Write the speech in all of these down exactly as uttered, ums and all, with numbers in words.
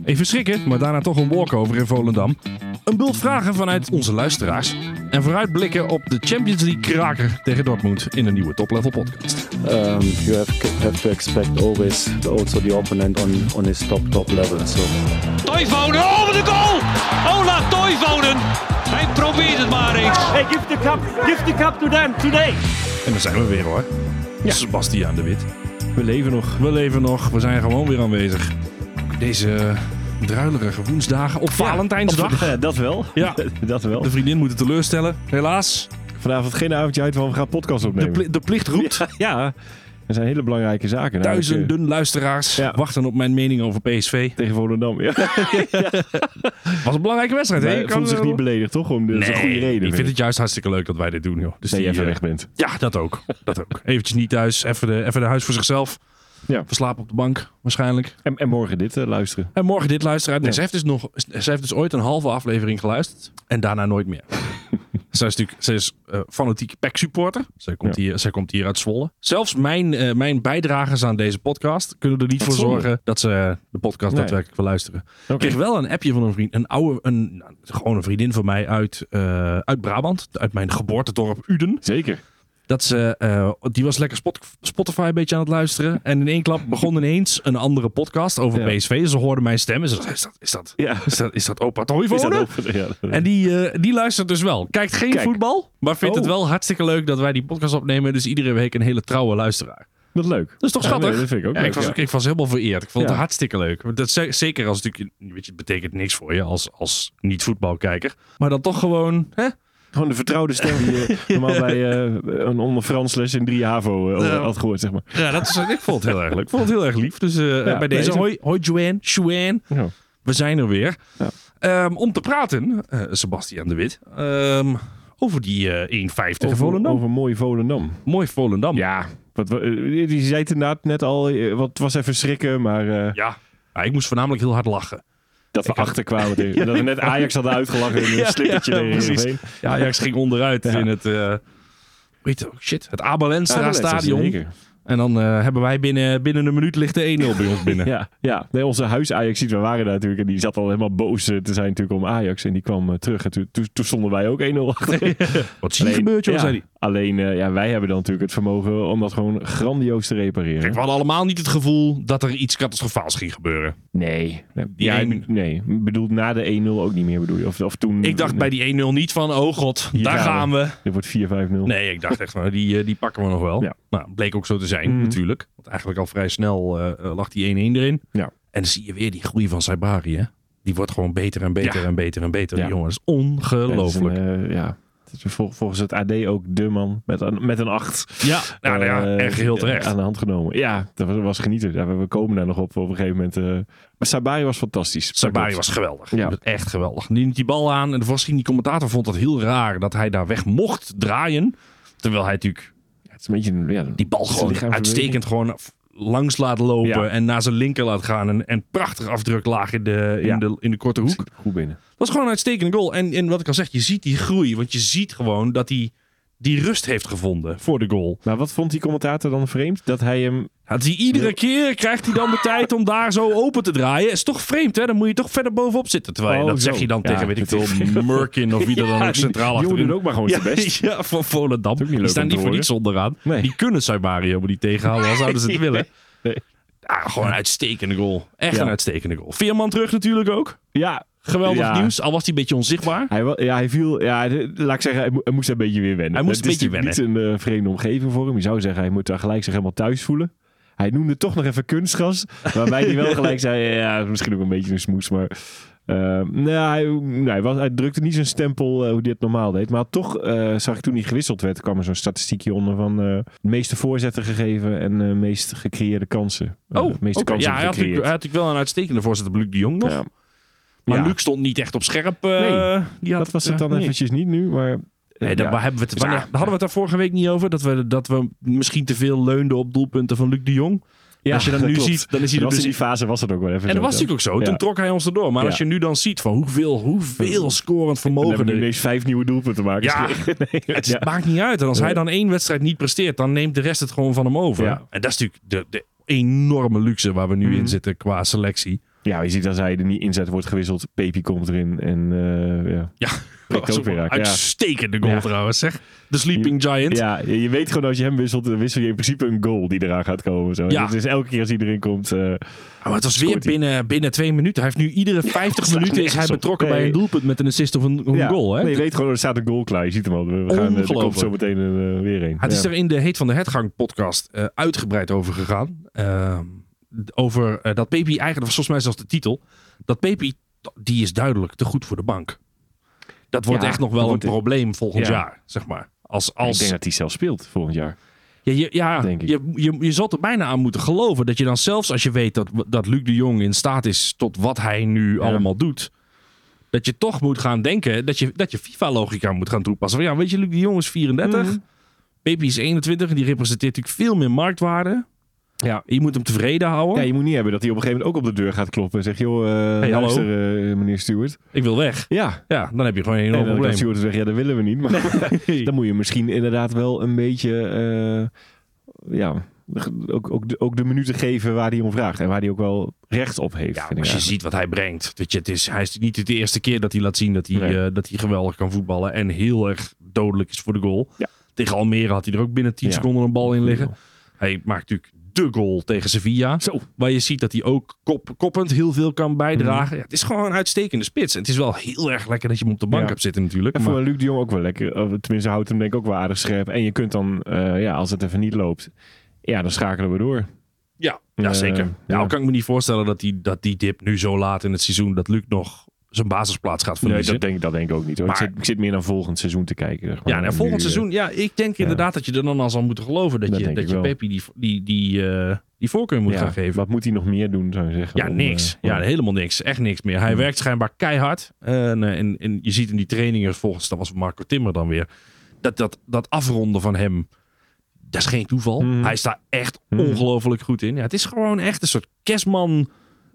Even schrikken, maar daarna toch een walkover in Volendam. Een bult vragen vanuit onze luisteraars. En vooruitblikken op de Champions League kraker tegen Dortmund in een nieuwe Top Level podcast. Um, you have, have to expect always also the opponent on, on his top top level. So. Toivonen, oh wat een goal! Ola Toivonen! Hij probeert het maar eens. Hey, give the cup, give the cup to them today. En dan zijn we weer hoor. Ja. Sebastiaan de Wit. We leven nog. We leven nog. We zijn gewoon weer aanwezig. Deze druilerige woensdagen op Valentijnsdag. Ja, dat wel. Ja, dat wel. De vriendin moet het teleurstellen. Helaas. Vanavond geen avondje uit van we gaan podcast opnemen. De, pli- de plicht roept. Ja, ja, er zijn hele belangrijke zaken. Duizenden Nou, luisteraars ja. wachten op mijn mening over P S V. tegen Volendam. Ja. Was een belangrijke wedstrijd. Hij Hè? voelde zich niet beledigd, toch? Om de Nee, goede reden. ik vind het juist hartstikke leuk dat wij dit doen. Joh. Dus dat die, je even uh, weg bent. Ja, dat ook. dat ook. Eventjes niet thuis. Even de, even de huis voor zichzelf. Ja. Verslapen op de bank, waarschijnlijk. En, en morgen dit uh, luisteren. En morgen dit luisteren. Nee, Ja. ze, heeft dus nog, ze heeft dus ooit een halve aflevering geluisterd. En daarna nooit meer. Zij is natuurlijk zij is, uh, fanatieke P E C supporter. Zij komt, Ja. hier, zij komt hier uit Zwolle. Zelfs mijn, uh, mijn bijdragers aan deze podcast kunnen er niet Wat voor zonde. zorgen dat ze de podcast Nee. daadwerkelijk wil luisteren. Okay. Ik kreeg wel een appje van een vriend. Een oude, een, nou, gewoon een vriendin van mij uit, uh, uit Brabant. Uit mijn geboortedorp Uden. Zeker. Dat ze, uh, die was lekker Spot- Spotify een beetje aan het luisteren. En in één klap begon ineens een andere podcast over Ja. P S V. Ze hoorden mijn stem en ze dacht, is dat, is dat, Ja. is dat, is dat opa Is dat Toivonen? open? Ja, dat- En die, uh, die luistert dus wel. Kijkt geen Kijk. voetbal, maar vindt Oh. het wel hartstikke leuk dat wij die podcast opnemen. Dus iedere week een hele trouwe luisteraar. Dat is leuk. Dat is toch Ja, schattig? nee, dat vind ik ook Ja, leuk. ik, was, ja. ik was helemaal vereerd. Ik vond het Ja. hartstikke leuk. Dat is, zeker als natuurlijk, weet je, het betekent niks voor je als, als niet-voetbalkijker. Maar dan toch gewoon, hè? Gewoon de vertrouwde stem die je normaal bij uh, een onder Frans les in drie HAVO uh, Ja. had gehoord, zeg maar. Ja, dat is, ik vond het heel erg leuk. Ik vond het heel erg lief. Dus uh, Ja, bij deze, nee, hoi, hoi Joanne, Joanne. Ja. We zijn er weer. Ja. Um, om te praten, uh, Sebastiaan de Wit, um, over die uh, één vijftig Over, Volendam. over mooi Volendam. Mooi Volendam. Ja, wat, wat, uh, die zei het inderdaad net al, uh, wat het was even schrikken, maar uh, Ja. Ja, ik moest voornamelijk heel hard lachen. dat we Ik had- achterkwamen. tegen- dat we net Ajax hadden uitgelachen in een Ja, slippertje ja, tegen precies. Heerenveen. Ja, Ajax ging onderuit Ja. in het, uh, weet je, shit, het Abel Ja, Enstra dat is stadion. zeker. En dan uh, hebben wij binnen, binnen een minuut ligt de één nul bij ons binnen. Ja, ja. Nee, onze huis Ajax ziet, we waren daar natuurlijk en die zat al helemaal boos uh, te zijn natuurlijk om Ajax en die kwam uh, terug en toen, toen, toen stonden wij ook één nul achter. Wat zie je gebeurt, joh, ja, zei hij. alleen uh, ja, wij hebben dan natuurlijk het vermogen om dat gewoon grandioos te repareren. Kijk, we hadden allemaal niet het gevoel dat er iets catastrofaals ging gebeuren. Nee. nee. Die Ja, één- nee. Ik bedoel, na de één nul ook niet meer bedoel je? Of, of toen... Ik dacht bij die één nul niet van, oh god, Hier daar gaan gaan we. Dit wordt vier vijf nul. Nee, ik dacht echt van, die, uh, die pakken we nog wel. Ja. Nou, bleek ook zo te zijn, Mhm. natuurlijk. Want eigenlijk al vrij snel uh, lag die één één erin. Ja. En dan zie je weer die groei van Saibari, hè. Die wordt gewoon beter en beter Ja. en beter en beter. Ja. Die jongen is ongelooflijk. Ja, het is een, uh, ja. Het is vol- volgens het A D ook de man met een, met een acht. Ja, nou, ja, Uh, en geheel terecht. Aan de hand genomen. Ja, dat was, was genieten. Ja, we, we komen daar nog op op een gegeven moment. Uh, maar Sabari was fantastisch. Sabari Dat was geweldig. Ja. Die was echt geweldig. Die neemt die bal aan. En de voorzien, die commentator vond dat heel raar dat hij daar weg mocht draaien. Terwijl hij natuurlijk Ja, het is een beetje... Ja, die bal zijn gewoon lichaamsbeweging. uitstekend gewoon langs laat lopen. Ja. En naar zijn linker laat gaan. En, en prachtig afdruk laag in de, in, Ja. de, in de korte hoek. Zit goed binnen. Dat was gewoon een uitstekende goal. En, en wat ik al zeg, je ziet die groei. Want je ziet gewoon dat hij die rust heeft gevonden voor de goal. Maar wat vond die commentator dan vreemd? Dat hij hem... Had hij iedere keer krijgt hij dan de tijd om daar zo open te draaien. Is toch vreemd, hè? Dan moet je toch verder bovenop zitten. Terwijl je, Oh, dat zo. zeg je dan Ja, tegen, weet ik veel, natuurlijk. Murkin of wie er dan Ja, ook centraal die jongen achterin. doet ook maar gewoon ja, zijn best. Ja, van Volendam. ook niet Die leuk staan om te niet voor horen. niets onderaan. Nee. Die kunnen Saibari hebben die tegenhouden als zouden ze het willen. Nee. Ja, gewoon een uitstekende goal. Echt Ja. een uitstekende goal. Veerman terug natuurlijk ook. Ja, Geweldig Ja. nieuws. Al was hij een beetje onzichtbaar. Hij, wa- ja, hij viel, ja, de- laat ik zeggen, hij, mo- hij moest een beetje weer wennen. Hij moest Het een is beetje natuurlijk niet een uh, vreemde omgeving voor hem. Je zou zeggen, hij moet daar gelijk zich helemaal thuis voelen. Hij noemde toch nog even kunstgras. Waarbij hij wel gelijk zei, ja, misschien ook een beetje een smoes, maar... Uh, nee, hij, nee, hij, was, hij drukte niet zijn stempel uh, hoe hij het normaal deed. Maar toch uh, zag ik toen hij gewisseld werd, kwam er zo'n statistiekje onder van uh, de meeste voorzetten gegeven en de uh, meest gecreëerde kansen. Uh, Oh, de meeste okay. kansen Ja, hij had, gecreëerd. natuurlijk, hij had natuurlijk wel een uitstekende voorzitter, Luc de Jong nog. Ja. Maar Ja. Luc stond niet echt op scherp. Uh, Nee, die had, dat was het dan nee. eventjes niet nu, maar... Nee, daar, ja. waar hebben we het, Dus wanneer, ja. hadden we het daar vorige week niet over? Dat we, dat we misschien te veel leunden op doelpunten van Luc de Jong. Ja, als je dat nu klopt. ziet, dan is hij Dat er was dus... in die fase was het ook wel even En dat was zo. natuurlijk ook zo. Ja. Toen trok hij ons erdoor. Maar Ja. als je nu dan ziet van hoeveel, hoeveel scorend Dan vermogen hebben we er nu is. ineens vijf nieuwe doelpunten maken. Ja. nee, Het ja. maakt niet uit. En als Ja. hij dan één wedstrijd niet presteert, dan neemt de rest het gewoon van hem over. Ja. En dat is natuurlijk de, de enorme luxe waar we nu Mhm. in zitten qua selectie. Ja, je ziet als hij er niet inzet wordt gewisseld. Pepi komt erin en uh, ja. Ja, ook weer raak. Uitstekende goal ja. trouwens, zeg. De Sleeping je, Giant. Ja, je, je weet gewoon als je hem wisselt, dan wissel je in principe een goal die eraan gaat komen. Zo. Ja. Dus elke keer als hij erin komt... Uh, maar het was weer binnen, binnen twee minuten. Hij heeft nu iedere vijftig minuten is hij betrokken nee. bij een doelpunt met een assist of een, een ja. goal. Hè? Nee, je weet gewoon, er staat een goal klaar. Je ziet hem al. We gaan er komt zo meteen uh, weer heen. Het ja. is er in de Heet van de Hertgang podcast uh, uitgebreid over gegaan. Uh, over uh, dat Pepi eigenlijk, dat was volgens mij zelfs de titel. Dat Pepi, die is duidelijk te goed voor de bank. Dat wordt ja, echt nog wel een probleem volgend ja. jaar, zeg maar. Als, als... Ik denk dat hij zelf speelt volgend jaar. Ja, je, ja je, je, je zult er bijna aan moeten geloven dat je dan zelfs als je weet dat, dat Luc de Jong in staat is tot wat hij nu ja. allemaal doet, dat je toch moet gaan denken dat je, dat je FIFA-logica moet gaan toepassen. Van, ja, weet je, Luc de Jong is vierendertig, mm-hmm. Pepi is eenentwintig en die representeert natuurlijk veel meer marktwaarde. Ja, je moet hem tevreden houden. Ja, je moet niet hebben dat hij op een gegeven moment ook op de deur gaat kloppen en zegt, joh, uh, hey, luister, uh, meneer Stewart. Ik wil weg. Ja. Ja, dan heb je gewoon een enorm probleem. En dan Stewart zegt, ja, dat willen we niet. Maar nee. Dan moet je misschien inderdaad wel een beetje, uh, ja, ook, ook, de, ook de minuten geven waar hij om vraagt. En waar hij ook wel recht op heeft. Ja, als je ziet wat hij brengt. Weet je, het is, hij is niet de eerste keer dat hij laat zien dat hij, nee. uh, dat hij geweldig kan voetballen. En heel erg dodelijk is voor de goal. Ja. Tegen Almere had hij er ook binnen tien ja. seconden een bal in liggen. Hij maakt natuurlijk de goal tegen Sevilla. Zo. Waar je ziet dat hij ook kop, koppend heel veel kan bijdragen. Mm. Ja, het is gewoon een uitstekende spits. En het is wel heel erg lekker dat je hem op de bank ja. hebt zitten natuurlijk. En maar... voor Luc de Jong ook wel lekker. Tenminste houdt hem denk ik ook wel aardig scherp. En je kunt dan, uh, ja, als het even niet loopt, ja, dan schakelen we door. Ja, ja zeker. Uh, ja, ja. kan ik me niet voorstellen dat die, dat die dip nu zo laat in het seizoen, dat Luc nog zijn basisplaats gaat verliezen. Nee, dat denk, dat denk ik ook niet. Hoor. Maar, ik, zit, ik zit meer naar volgend seizoen te kijken. Ja, naar volgend nu, seizoen. Ja, ik denk ja. inderdaad dat je er dan al zal moeten geloven dat, dat je, dat je Pepi die, die, die, uh, die voorkeur moet ja, gaan geven. Wat moet hij nog meer doen, zou je zeggen? Ja, om, niks. Uh, ja, helemaal niks. Echt niks meer. Hij hmm. werkt schijnbaar keihard. Uh, en, en, en je ziet in die trainingen, volgens dat was Marco Timmer dan weer, dat, dat, dat afronden van hem, dat is geen toeval. Hmm. Hij staat echt hmm. ongelooflijk goed in. Ja, het is gewoon echt een soort kerstman...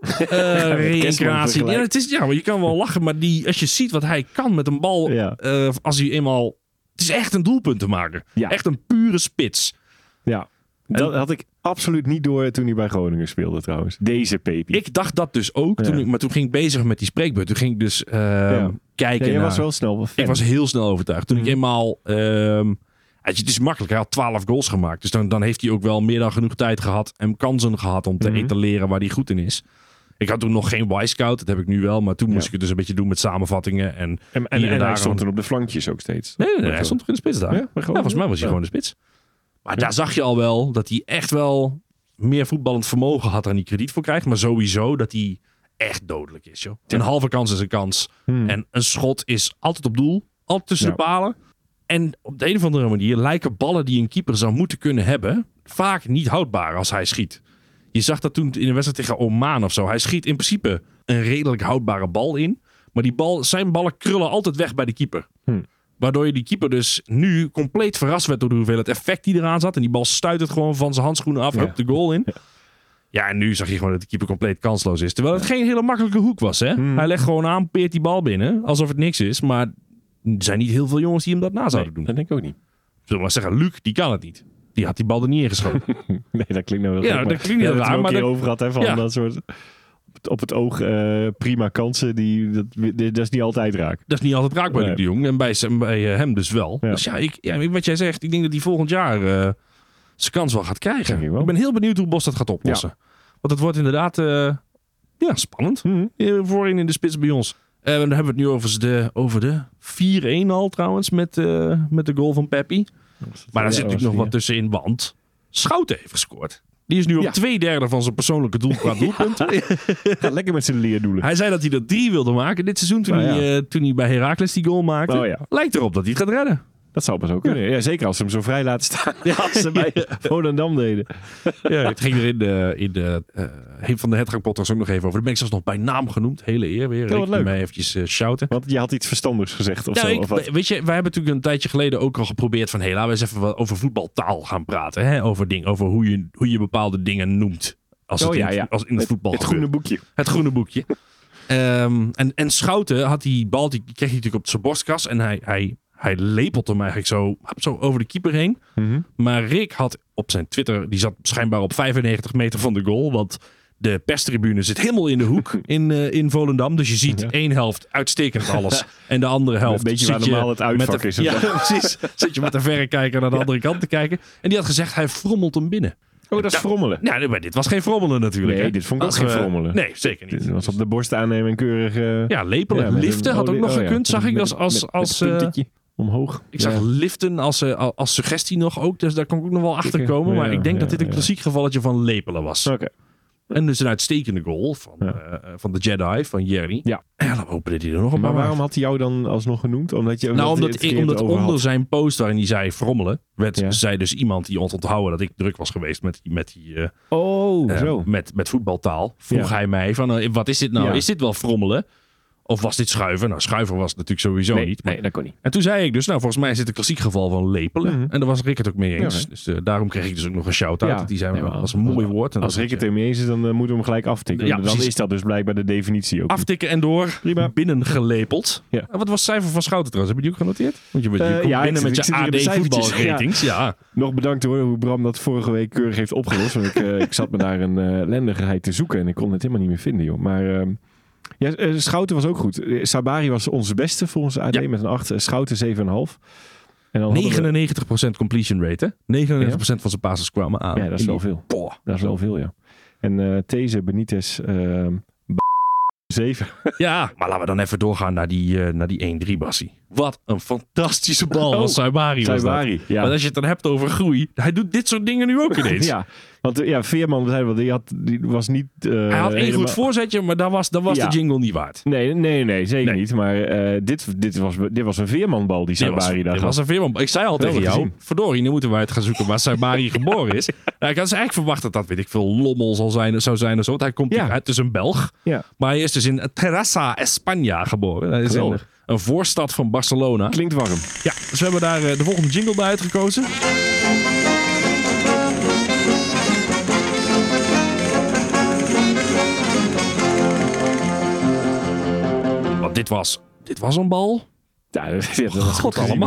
Uh, reïncarnatie. Ja, het is, ja, maar je kan wel lachen, maar die, als je ziet wat hij kan met een bal, ja. uh, als hij eenmaal, het is echt een doelpunt te maken. Ja. Echt een pure spits. Ja, dat en, had ik absoluut niet door toen hij bij Groningen speelde trouwens. Deze Pepi. Ik dacht dat dus ook, ja. toen ik, maar toen ging ik bezig met die spreekbeurt. Toen ging ik dus uh, ja. kijken. Ja, je naar, was wel snel. Ik was heel snel overtuigd. Toen mm. ik eenmaal. Uh, Het is makkelijk. Hij had twaalf goals gemaakt. Dus dan, dan heeft hij ook wel meer dan genoeg tijd gehad en kansen gehad om te mm-hmm. etaleren waar hij goed in is. Ik had toen nog geen Y-scout. Dat heb ik nu wel. Maar toen ja. moest ik het dus een beetje doen met samenvattingen. En, en, en, en hij stond toen op de flankjes ook steeds. Nee, nee, nee hij stond toch in de spits daar. Ja, ja, volgens mij was hij ja. gewoon de spits. Maar ja. daar zag je al wel dat hij echt wel meer voetballend vermogen had en die krediet voor krijgt. Maar sowieso dat hij echt dodelijk is. Joh. Ja. Een halve kans is een kans. Hmm. En een schot is altijd op doel. Altijd tussen ja. de palen. En op de een of andere manier lijken ballen die een keeper zou moeten kunnen hebben vaak niet houdbaar als hij schiet. Je zag dat toen in de wedstrijd tegen Oman of zo. Hij schiet in principe een redelijk houdbare bal in. Maar die bal, zijn ballen krullen altijd weg bij de keeper. Hm. Waardoor je die keeper dus nu compleet verrast werd door de hoeveelheid effect die eraan zat. En die bal stuit het gewoon van zijn handschoenen af, ja. op de goal in. Ja. ja, en nu zag je gewoon dat de keeper compleet kansloos is. Terwijl het geen hele makkelijke hoek was. Hè? Hm. Hij legt gewoon aan, peert die bal binnen. Alsof het niks is. Maar er zijn niet heel veel jongens die hem dat na zouden nee, doen. Dat denk ik ook niet. Zullen we maar zeggen, Luc, die kan het niet. Die had die bal er niet ingeschoten. Nee, dat klinkt nou wel Ja, gek, dat klinkt heel raar. Maar dat... over had, hè, van ja. dat soort op het oog uh, prima kansen. Die, dat, dat is niet altijd raak. Dat is niet altijd raak bij nee. Luc de Jong. En bij, bij uh, hem dus wel. Ja. Dus ja, ik, ja, wat jij zegt, ik denk dat hij volgend jaar uh, zijn kans wel gaat krijgen. Ik, ik ben heel benieuwd hoe Bos dat gaat oplossen. Ja. Want het wordt inderdaad uh, ja, spannend. Mm-hmm. Voorin in de spits bij ons. Uh, dan hebben we het nu over de, over de vier-een al trouwens met, uh, met de goal van Pepi. Maar daar zit natuurlijk nog wat tussenin, want Schouten heeft gescoord. Die is nu op ja. twee derde van zijn persoonlijke doel qua doelpunten. Gaat lekker met zijn leerdoelen. Hij zei dat hij er drie wilde maken dit seizoen toen, oh, hij, ja. uh, toen hij bij Heracles die goal maakte. Oh, ja. Lijkt erop dat hij het gaat redden. Dat zou pas ook kunnen. Ja. Ja, zeker als ze hem zo vrij laten staan. Ja, als ze bij Volendam deden. Ja, het ging er in de, in de uh, een van de Hertgang podcast ook nog even over. Daar ben ik zelfs nog bij naam genoemd. Hele eer weer. Ja, wat leuk. Mij eventjes uh, shouten. Want je had iets verstandigs gezegd of ja, zo. Ik, of wat? Weet je, wij hebben natuurlijk een tijdje geleden ook al geprobeerd van, hey, laten we eens even wat over voetbaltaal gaan praten. Hè? Over, ding, over hoe, je, hoe je bepaalde dingen noemt. Als het, oh, ja, in, ja. als in het, het voetbal Het groene boekje. Het groene boekje. um, en, en Schouten had die bal, die kreeg hij natuurlijk op zijn borstkas. En hij... hij Hij lepelt hem eigenlijk zo, zo over de keeper heen. Mm-hmm. Maar Rick had op zijn Twitter, die zat schijnbaar op vijfennegentig meter van de goal. Want De perstribune zit helemaal in de hoek in, uh, in Volendam. Dus je ziet ja. één helft uitstekend alles. En de andere helft een beetje waar normaal het uitvak de, is. Ja, precies. Zit je met de verrekijker naar de andere kant te kijken. En die had gezegd, hij frommelt hem binnen. Oh, dat is frommelen. Ja, nou, maar dit was geen frommelen natuurlijk. Nee, hè? dit vond ik Als ook geen we, frommelen. Nee, zeker niet. Dit was op de borst aannemen en keurig... Uh, ja, lepelen. Ja, liften een, had ook oh, nog oh, gekund, ja. zag ik als... als, met, als met uh, omhoog. Ik zag ja. liften als, uh, als suggestie nog ook. Dus daar kon ik ook nog wel achter komen. Maar ja, ik denk ja, dat dit een klassiek ja. gevalletje van lepelen was. Oké. Okay. En dus een uitstekende goal van, ja. uh, van de Jedi, van Jerry. Ja. En ja, dan opende hij er nog een Maar paar waarom maar. had hij jou dan alsnog genoemd? Omdat je, omdat nou, omdat, ik, omdat onder zijn post waarin hij zei frommelen, werd, ja. zei dus iemand die ons onthouden dat ik druk was geweest met, met die uh, oh, uh, zo. Met, met voetbaltaal. Vroeg ja. hij mij van, uh, wat is dit nou? Ja. Is dit wel frommelen? Of was dit schuiven? Nou, schuiven was het natuurlijk sowieso nee, niet. Maar... Nee, dat kon niet. En toen zei ik dus, nou, volgens mij is dit een klassiek geval van lepelen. Mm-hmm. En daar was Rick het ook mee eens. Ja, dus uh, daarom kreeg ik dus ook nog een shout-out. Ja. Die zei, nee, dat was een mooi woord. En als Rick het ermee eens is, dan uh, moeten we hem gelijk aftikken. Ja, dan precies. Is dat dus blijkbaar de definitie ook. Aftikken en door, prima. Binnengelepeld. Ja. En wat was het cijfer van Schouten trouwens? Heb je die ook genoteerd? Want je, je uh, komt ja, binnen met je A D voetbalratings. Ja. Ja. Nog bedankt hoor, hoe Bram dat vorige week keurig heeft opgelost. Want ik, uh, ik zat me daar een uh, lendigheid te zoeken en ik kon het helemaal niet meer vinden, joh. Maar... Uh, Ja, Schouten was ook goed. Sabari was onze beste volgens A D ja. met een acht. Schouten zeven komma vijf. En dan negenennegentig procent completion rate, hè? negenennegentig procent ja. van zijn passes kwamen aan. Ja, dat is wel veel. Boah, dat is wel veel, ja. En uh, These, Benitez, uh, zeven. Ja, maar laten we dan even doorgaan naar die, uh, naar die één drie, Bassie. Wat een fantastische bal van oh, Sabari was Sabari, dat. Ja. Maar als je het dan hebt over groei, hij doet dit soort dingen nu ook ineens. Ja. Want ja, Veerman zei wel, die, had, die was niet... Uh, hij had één helemaal... goed voorzetje, maar dat was, dat was ja. de jingle niet waard. Nee, nee, nee zeker nee. niet. Maar uh, dit, dit, was, dit was een Veermanbal die Sabari daar Dit was een Veermanbal. Ik zei al tegen jou, gezien. verdorie, nu moeten wij het gaan zoeken waar Sabari geboren is. Nou, ik had dus eigenlijk verwacht dat dat, weet ik veel, Lommel zal zijn, zou zijn of zo. Want hij komt ja. uit, dus een Belg. Ja. Maar hij is dus in Terrassa, España geboren. Hij is een, een voorstad van Barcelona. Klinkt warm. Ja, dus we hebben daar uh, de volgende jingle bij uitgekozen. Dit was, dit was een bal. Ja, dat, ja, dat was God allemaal.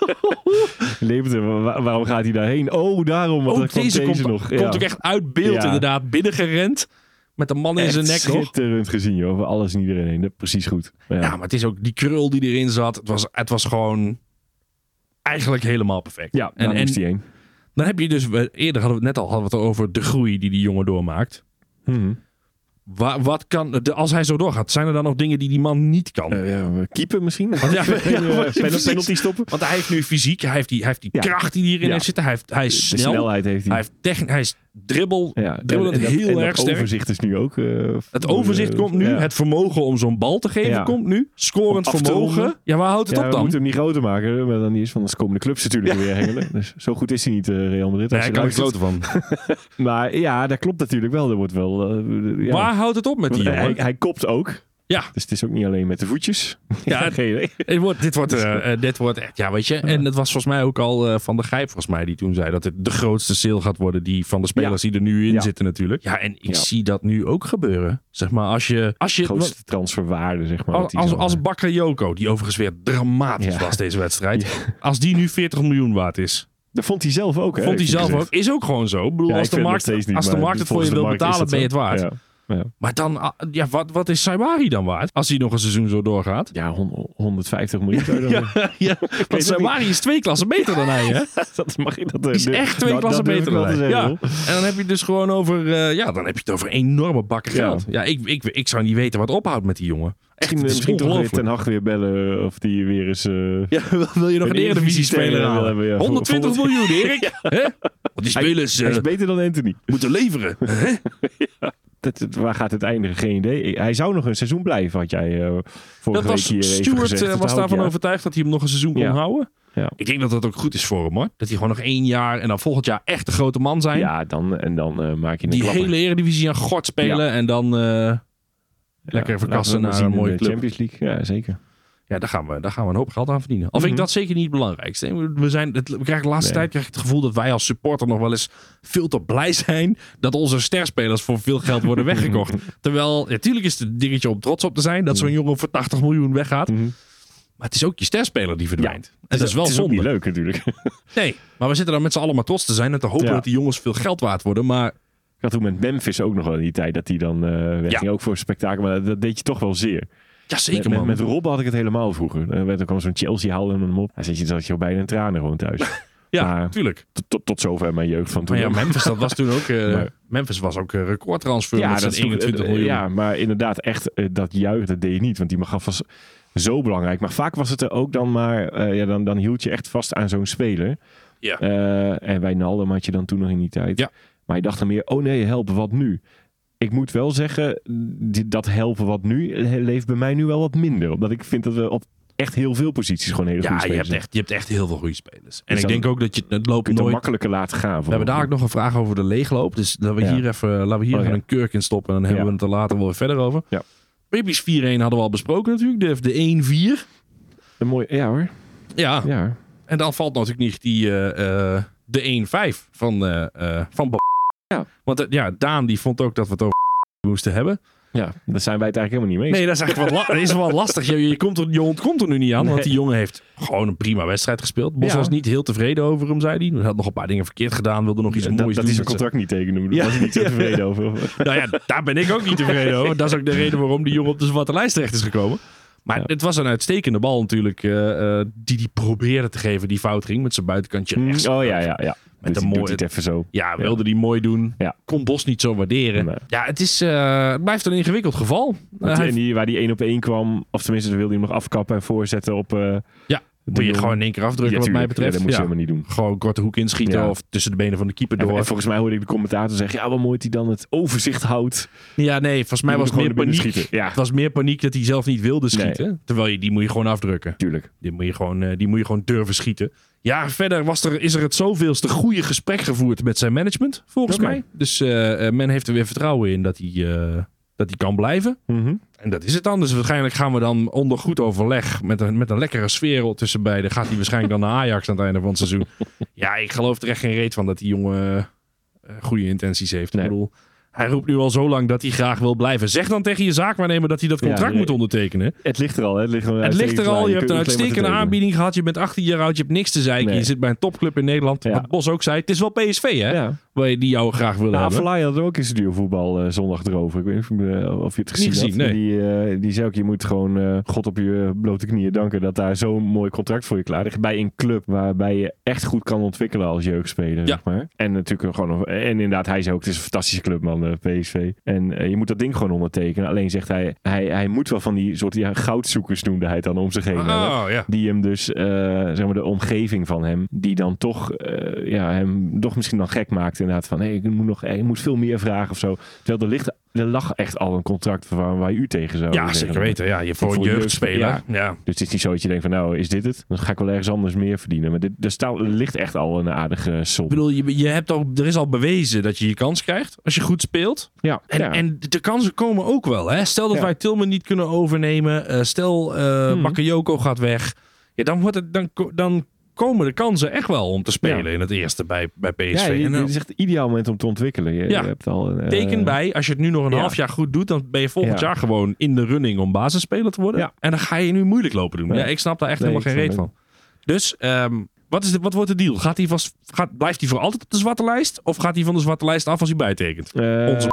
Waar, waarom gaat hij daarheen? Oh, daarom. Want oh, deze, deze komt, nog. komt ja. ook echt uit beeld ja. inderdaad. Binnengerend. Met een man in echt zijn nek. Schitterend gezien, joh. Over alles en iedereen. Dat, precies goed. Ja. ja, maar het is ook die krul die erin zat. Het was, het was gewoon eigenlijk helemaal perfect. Ja, daar en, moest hij heen. Dan heb je dus, eerder hadden we het net al hadden we het over de groei die die jongen doormaakt. Hmm. Wat, wat kan, de, als hij zo doorgaat, zijn er dan nog dingen die die man niet kan? Uh, ja, keeper misschien? Want, ja, ja, ja, penalty stoppen? Want hij heeft nu fysiek, hij heeft die, hij heeft die ja. kracht die hierin ja. heeft zitten. Hij, heeft, hij is snel. De snelheid heeft hij. Hij, heeft techn, hij is dribbel, ja, dribbel en, en heel dat, erg en sterk. Het overzicht is nu ook... Uh, het overzicht uh, komt nu. Ja. Het vermogen om zo'n bal te geven ja. komt nu. Scorend vermogen. Ja, waar houdt het ja, op dan? We moeten hem niet groter maken. Maar dan niet is van de komende clubs natuurlijk ja. weer hengelen. Dus zo goed is hij niet, uh, Real Madrid. Nee, hij kan er kloten van. Maar ja, dat klopt natuurlijk wel. Er wordt wel uh, ja. Waar houdt het op met die jongen? Hij, hij kopt ook. Ja. Dus het is ook niet alleen met de voetjes. Ja, het, het wordt, dit, wordt, uh, uh, dit wordt echt, ja weet je. En het was volgens mij ook al uh, Van der Gijp volgens mij die toen zei dat het de grootste sale gaat worden die van de spelers ja. die er nu in ja. zitten natuurlijk. Ja, en ik ja. zie dat nu ook gebeuren. Zeg maar als je... Als je grootste transferwaarde zeg maar. Als, als, als Bakayoko, die overigens weer dramatisch ja. was deze wedstrijd. Ja. Als die nu veertig miljoen waard is. Dat vond hij zelf ook. Hè, vond hij zelf gezegd. ook. Is ook gewoon zo. Ik bedoel, ja, als, ik de markt, niet, als de markt het voor je wil betalen, ben je het waard. Ja. Ja. Maar dan, ja, wat, wat is Sabari dan waard? Als hij nog een seizoen zo doorgaat. Ja, honderdvijftig miljoen. ja, ja, want Sabari is twee klassen beter dan hij, hè? dat mag je dat. Hij is echt twee dat, klassen dat beter dan hij. Zeggen, ja. En dan heb je dus gewoon over, uh, ja, dan heb je het over enorme bakken geld. Ja, ja ik, ik, ik zou niet weten wat ophoudt met die jongen. Echt, misschien misschien toch weer Ten Hag weer bellen of die weer eens... Uh, ja, wil je nog een Eredivisie-speler halen? Ja, honderdtwintig miljoen, Erik. Ja. Want die spelers... Hij, uh, hij is beter dan Anthony. Moeten leveren. ja. Dat, waar gaat het eindigen? Geen idee. Hij zou nog een seizoen blijven, had jij uh, vorige dat was, week hier Stuart even gezegd. was daarvan ja. overtuigd dat hij hem nog een seizoen kon ja. houden. Ja. Ik denk dat dat ook goed is voor hem, hoor. Dat hij gewoon nog één jaar en dan volgend jaar echt de grote man zijn. Ja, dan, en dan uh, maak je een Die klapper. hele Eredivisie aan gort spelen ja. en dan uh, lekker ja, verkassen naar een mooie club. Champions League, ja zeker. Ja, daar gaan, we, daar gaan we een hoop geld aan verdienen. Of mm-hmm. ik dat zeker niet het belangrijkste. We, zijn, het, we krijgen de laatste nee. tijd krijg ik het gevoel dat wij als supporter nog wel eens veel te blij zijn dat onze sterspelers voor veel geld worden weggekocht. Terwijl, natuurlijk ja, is het een dingetje om trots op te zijn dat zo'n jongen voor tachtig miljoen weggaat. Mm-hmm. Maar het is ook je sterspeler die verdwijnt. Ja, en dat is wel het is zonde. Niet leuk natuurlijk. Nee, maar we zitten dan met z'n allen maar trots te zijn en te hopen ja. dat die jongens veel geld waard worden. Maar Ik had toen met Memphis ook nog wel in die tijd dat hij dan uh, wegging. Ja. Ook voor spektakel, maar dat, dat deed je toch wel zeer. Ja, zeker met, man. Met, met Rob had ik het helemaal vroeger. Er werd ook al zo'n Chelsea haalde hem op. Hij zat je, zat je bijna in tranen gewoon thuis. Ja, maar, natuurlijk. Tot, tot, tot zover mijn jeugd van toen. Maar ja, Memphis, dat was toen ook... Uh, maar, Memphis was ook uh, recordtransfer ja, met zijn eenentwintig miljoen. Ja, maar inderdaad, echt uh, dat juichen, dat deed je niet. Want die gaf was zo belangrijk. Maar vaak was het er ook dan maar... Uh, ja, dan, dan hield je echt vast aan zo'n speler. Ja. Uh, en Wijnaldum had je dan toen nog in die tijd. Ja. Maar je dacht dan meer, oh nee, helpen, wat nu? Ik moet wel zeggen, die, dat helpen wat nu leeft bij mij nu wel wat minder. Omdat ik vind dat we op echt heel veel posities gewoon hele ja, goede spelers je hebt echt, je hebt echt heel veel goede spelers. En dus ik denk ook dat je het lopen nooit... makkelijker laten gaan. We hebben daar ook nog een vraag over de leegloop. Dus laten we ja. hier even, laten we hier oh, even ja. een kurk in stoppen. En dan hebben ja. we het er later wel weer verder over. Ja. Baby's vier-een hadden we al besproken natuurlijk. De, de één vier. Een mooi, ja hoor. Ja. ja. En dan valt natuurlijk niet die, uh, uh, de één vijf van, uh, uh, van Bob. Ja. Want uh, ja, Daan die vond ook dat we het over moesten hebben. Ja, daar zijn wij het eigenlijk helemaal niet mee. Nee, dat is eigenlijk wat, la- dat is wel lastig. Je, je, komt er, je ontkomt er nu niet aan. Nee. Want die jongen heeft gewoon een prima wedstrijd gespeeld. Bos ja. was niet heel tevreden over hem, zei hij. Hij had nog een paar dingen verkeerd gedaan. Wilde nog iets ja, moois dat, doen. Dat is een contract niet tekenen. Daar ja. was hij niet zo tevreden over. Nou ja, daar ben ik ook niet tevreden over. Dat is ook de reden waarom die jongen op de zwarte lijst terecht is gekomen. Maar ja. het was een uitstekende bal natuurlijk. Uh, uh, die hij probeerde te geven. Die fout ging met zijn buitenkantje rechts. Oh ja, ja, ja. Met dus een mooi, het even zo. Ja, wilde hij ja. mooi doen. Ja. Kon Bos niet zo waarderen. Nee. Ja, het, is, uh, het blijft een ingewikkeld geval. Uh, hij... en die, waar die één op één kwam, of tenminste, wilde hij hem nog afkappen en voorzetten op... Uh, ja, moet je gewoon in één keer afdrukken ja, wat mij betreft. Ja, dat moet je ja. helemaal niet doen. Gewoon korte hoek inschieten ja. of tussen de benen van de keeper door. En, en volgens mij hoorde ik de commentator zeggen, ja, wat mooi hij dan het overzicht houdt. Ja, nee, volgens mij was het meer paniek. Ja. Het was meer paniek dat hij zelf niet wilde schieten. Nee. Terwijl je, die moet je gewoon afdrukken. Tuurlijk. Die moet je gewoon, uh, die moet je gewoon durven schieten. Ja, verder was er, is er het zoveelste goede gesprek gevoerd met zijn management, volgens okay. mij. Dus uh, men heeft er weer vertrouwen in dat hij, uh, dat hij kan blijven. Mm-hmm. En dat is het dan. Dus waarschijnlijk gaan we dan onder goed overleg met een, met een lekkere sfeer tussen beiden. Gaat hij waarschijnlijk dan naar Ajax aan het einde van het seizoen. Ja, ik geloof er echt geen reet van dat die jongen uh, goede intenties heeft. Nee. Ik bedoel, hij roept nu al zo lang dat hij graag wil blijven. Zeg dan tegen je zaakwaarnemer dat hij dat contract ja, nee. moet ondertekenen. Het ligt er al. Hè? Het ligt er, het ligt er al. Je, je hebt een uitstekende aanbieding gehad. Je bent achttien jaar oud. Je hebt niks te zeiken. Nee. Je zit bij een topclub in Nederland. Ja. Wat Bos ook zei. Het is wel P S V, hè? Ja. Waar je die jou graag willen nou, hebben. Avalai had er ook in studiovoetbal uh, zondag erover. Ik weet niet uh, of je het gezien, gezien had. Nee. Die, uh, die zei ook, je moet gewoon uh, God op je blote knieën danken dat daar zo'n mooi contract voor je klaar ligt. Bij een club waarbij je echt goed kan ontwikkelen als jeugdspeler. Ja. Zeg maar. En natuurlijk gewoon, en inderdaad, hij zei ook, het is een fantastische club, man, uh, P S V. En uh, je moet dat ding gewoon ondertekenen. Alleen zegt hij, hij, hij moet wel van die soort ja, goudzoekers noemde hij het dan om zich heen. Oh, ja. Die hem dus, uh, zeg maar de omgeving van hem, die dan toch, uh, ja, hem toch misschien dan gek maakt inderdaad van, hé, hey, ik moet nog, hey, ik moet veel meer vragen of zo. Terwijl er ligt, er lag echt al een contract waar, waar u tegen zou Ja, zeggen. zeker weten. Ja, je voor een jeugdspeler. Ja. Ja. Dus het is niet zo dat je denkt van, nou, is dit het? Dan ga ik wel ergens anders meer verdienen. Maar dit, er, staat, er ligt echt al een aardige som. Ik bedoel, je, je hebt al, er is al bewezen dat je je kans krijgt als je goed speelt. Ja. En, ja. en de kansen komen ook wel. Hè? Stel dat ja. wij Tilman niet kunnen overnemen. Uh, stel, uh, hmm. Bakayoko gaat weg. Ja, dan, wordt het, dan, dan komen de kansen echt wel om te spelen ja. in het eerste bij, bij P S V. Ja, je, en dan, het is echt het ideaal moment om te ontwikkelen. Je, ja. je hebt al, uh, teken bij, als je het nu nog een ja. half jaar goed doet, dan ben je volgend ja. jaar gewoon in de running om basisspeler te worden. Ja. En dan ga je nu moeilijk lopen doen. Ja, ja ik snap daar echt nee, helemaal geen reet van. Dus, um, wat, is de, wat wordt de deal? Gaat hij vast, gaat, blijft hij voor altijd op de zwarte lijst? Of gaat hij van de zwarte lijst af als hij bijtekent? Uh, Onze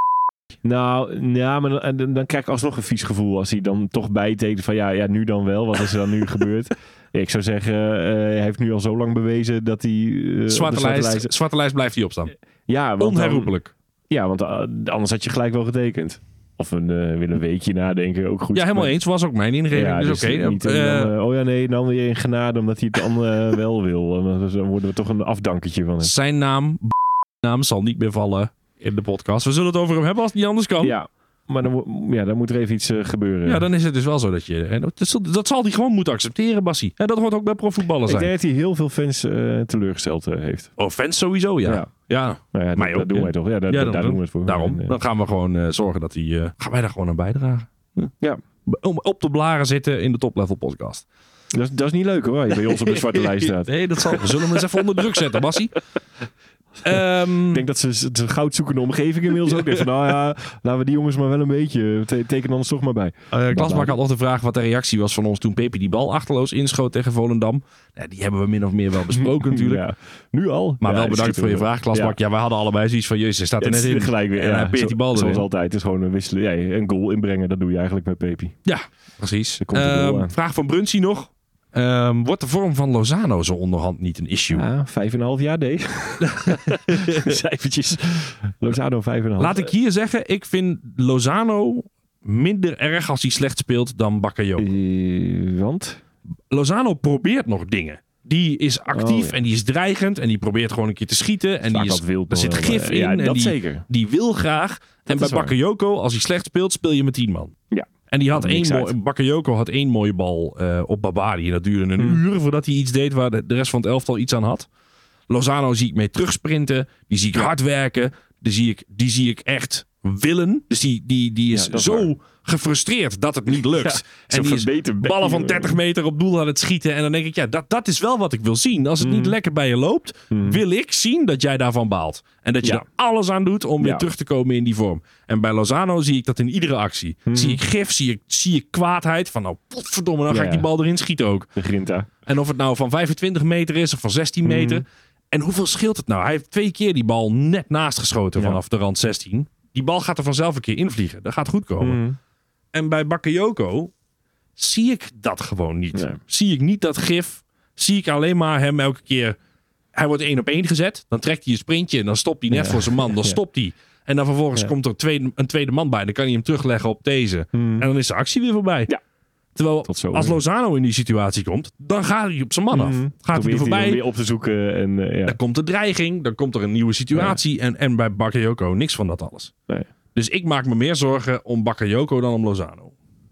Nou, ja, maar dan, dan, dan krijg ik alsnog een vies gevoel als hij dan toch bijtekent van ja, ja, nu dan wel. Wat is er dan nu gebeurd? Ik zou zeggen, uh, hij heeft nu al zo lang bewezen dat hij... Uh, zwarte, zwarte, lijst, lijst... zwarte lijst blijft hij opstaan. Ja, want onherroepelijk. Dan, ja, want uh, anders had je gelijk wel getekend. Of een, uh, weer een weekje nadenken, ook goed. Ja, helemaal eens. Was ook mijn ingeving. Ja, dus, dus oké. Okay. Uh, uh, oh ja, nee, dan weer in genade omdat hij het dan uh, wel wil. Uh, dan worden we toch een afdankertje van hem. Zijn naam, naam zal niet meer vallen in de podcast. We zullen het over hem hebben als het niet anders kan. Ja. Maar dan, ja, dan moet er even iets uh, gebeuren. Ja, dan is het dus wel zo dat je... En dat, zal, dat zal hij gewoon moeten accepteren, Bassie. En dat hoort ook bij profvoetballen zijn. Ik denk dat hij heel veel fans uh, teleurgesteld uh, heeft. Oh, fans sowieso, ja. Ja, ja. Nou ja, maar dat, dat doen wij toch. Ja, dat, ja, dan, daar doen we het voor. Daarom. En, uh, dan gaan we gewoon uh, zorgen dat hij... Uh, gaan wij daar gewoon aan bijdragen. Ja. ja. Om op de blaren zitten in de Top Level podcast. Dat, dat is niet leuk hoor, je bij ons op de zwarte lijst staat. Nee, dat zal. We zullen hem eens even onder druk zetten, Bassie. Um, Ik denk dat ze het goudzoekende omgeving inmiddels ook denken van, nou ja, laten we die jongens maar wel een beetje, te- teken anders toch maar bij. Uh, Glasbak had nog de vraag wat de reactie was van ons toen Pepe die bal achterloos inschoot tegen Volendam. Nou, die hebben we min of meer wel besproken natuurlijk. Ja, nu al. Maar ja, wel bedankt voor je vraag, Glasbak. Ja. ja, wij hadden allebei zoiets van, jezus, hij staat er net in. Gelijk weer. En Ja, hij peert zo, die bal erin. Zoals altijd, het is gewoon een wisselen. Ja, een goal inbrengen, dat doe je eigenlijk met Pepe. Ja, precies. Er komt een goal Um, aan. vraag van Brunsie nog. Um, wordt de vorm van Lozano zo onderhand niet een issue? Ja, vijf en een half jaar, nee. Cijfertjes. Lozano vijf en een half. Laat ik hier zeggen, ik vind Lozano minder erg als hij slecht speelt dan Bakayoko. Uh, want? Lozano probeert nog dingen. Die is actief Oh, ja. en die is dreigend en die probeert gewoon een keer te schieten. En Vaak die is, wat wild er zit nog wel, gif eh, in ja, en dat die, zeker. die wil graag. En bij is waar. Bakayoko, als hij slecht speelt, speel je met tien man. Ja. En die had Dat één niks mooi, uit. Bakayoko had één mooie bal uh, op Babadi. En dat duurde een Hmm. uur voordat hij iets deed waar de, de rest van het elftal iets aan had. Lozano zie ik mee terugsprinten. Die zie ik hard werken. Die zie ik, die zie ik echt willen. Dus die, die, die is, Ja, dat is zo waar. gefrustreerd dat het niet lukt. Ja, en die is verbeterd bek- ballen van dertig meter op doel aan het schieten. En dan denk ik, ja, dat, dat is wel wat ik wil zien. Als het niet lekker bij je loopt, wil ik zien dat jij daarvan baalt. En dat je Ja. er alles aan doet om weer Ja. terug te komen in die vorm. En bij Lozano zie ik dat in iedere actie. Zie ik gif, zie ik, zie ik kwaadheid. Van nou, potverdomme, dan ga Ja, ik die ja. bal erin schieten ook. De grinta. En of het nou van vijfentwintig meter is of van zestien meter. En hoeveel scheelt het nou? Hij heeft twee keer die bal net naast geschoten Ja. vanaf de rand zestien. Die bal gaat er vanzelf een keer invliegen. Dat gaat goed komen. Mm. En bij Bakayoko zie ik dat gewoon niet. Nee. Zie ik niet dat gif. Zie ik alleen maar hem elke keer... Hij wordt één op één gezet. Dan trekt hij een sprintje en dan stopt hij net Ja. voor zijn man. Dan Ja. stopt hij. En dan vervolgens Ja. komt er tweede, een tweede man bij. Dan kan hij hem terugleggen op deze. En dan is de actie weer voorbij. Ja. Terwijl Tot zo, als hè. Lozano in die situatie komt, dan gaat hij op zijn man af. Mm. Gaat hij Probeert er voorbij. hem weer op te zoeken. En, uh, ja. Dan komt de dreiging. Dan komt er een nieuwe situatie. En, en bij Bakayoko niks van dat alles. Nee. Dus ik maak me meer zorgen om Bakayoko dan om Lozano.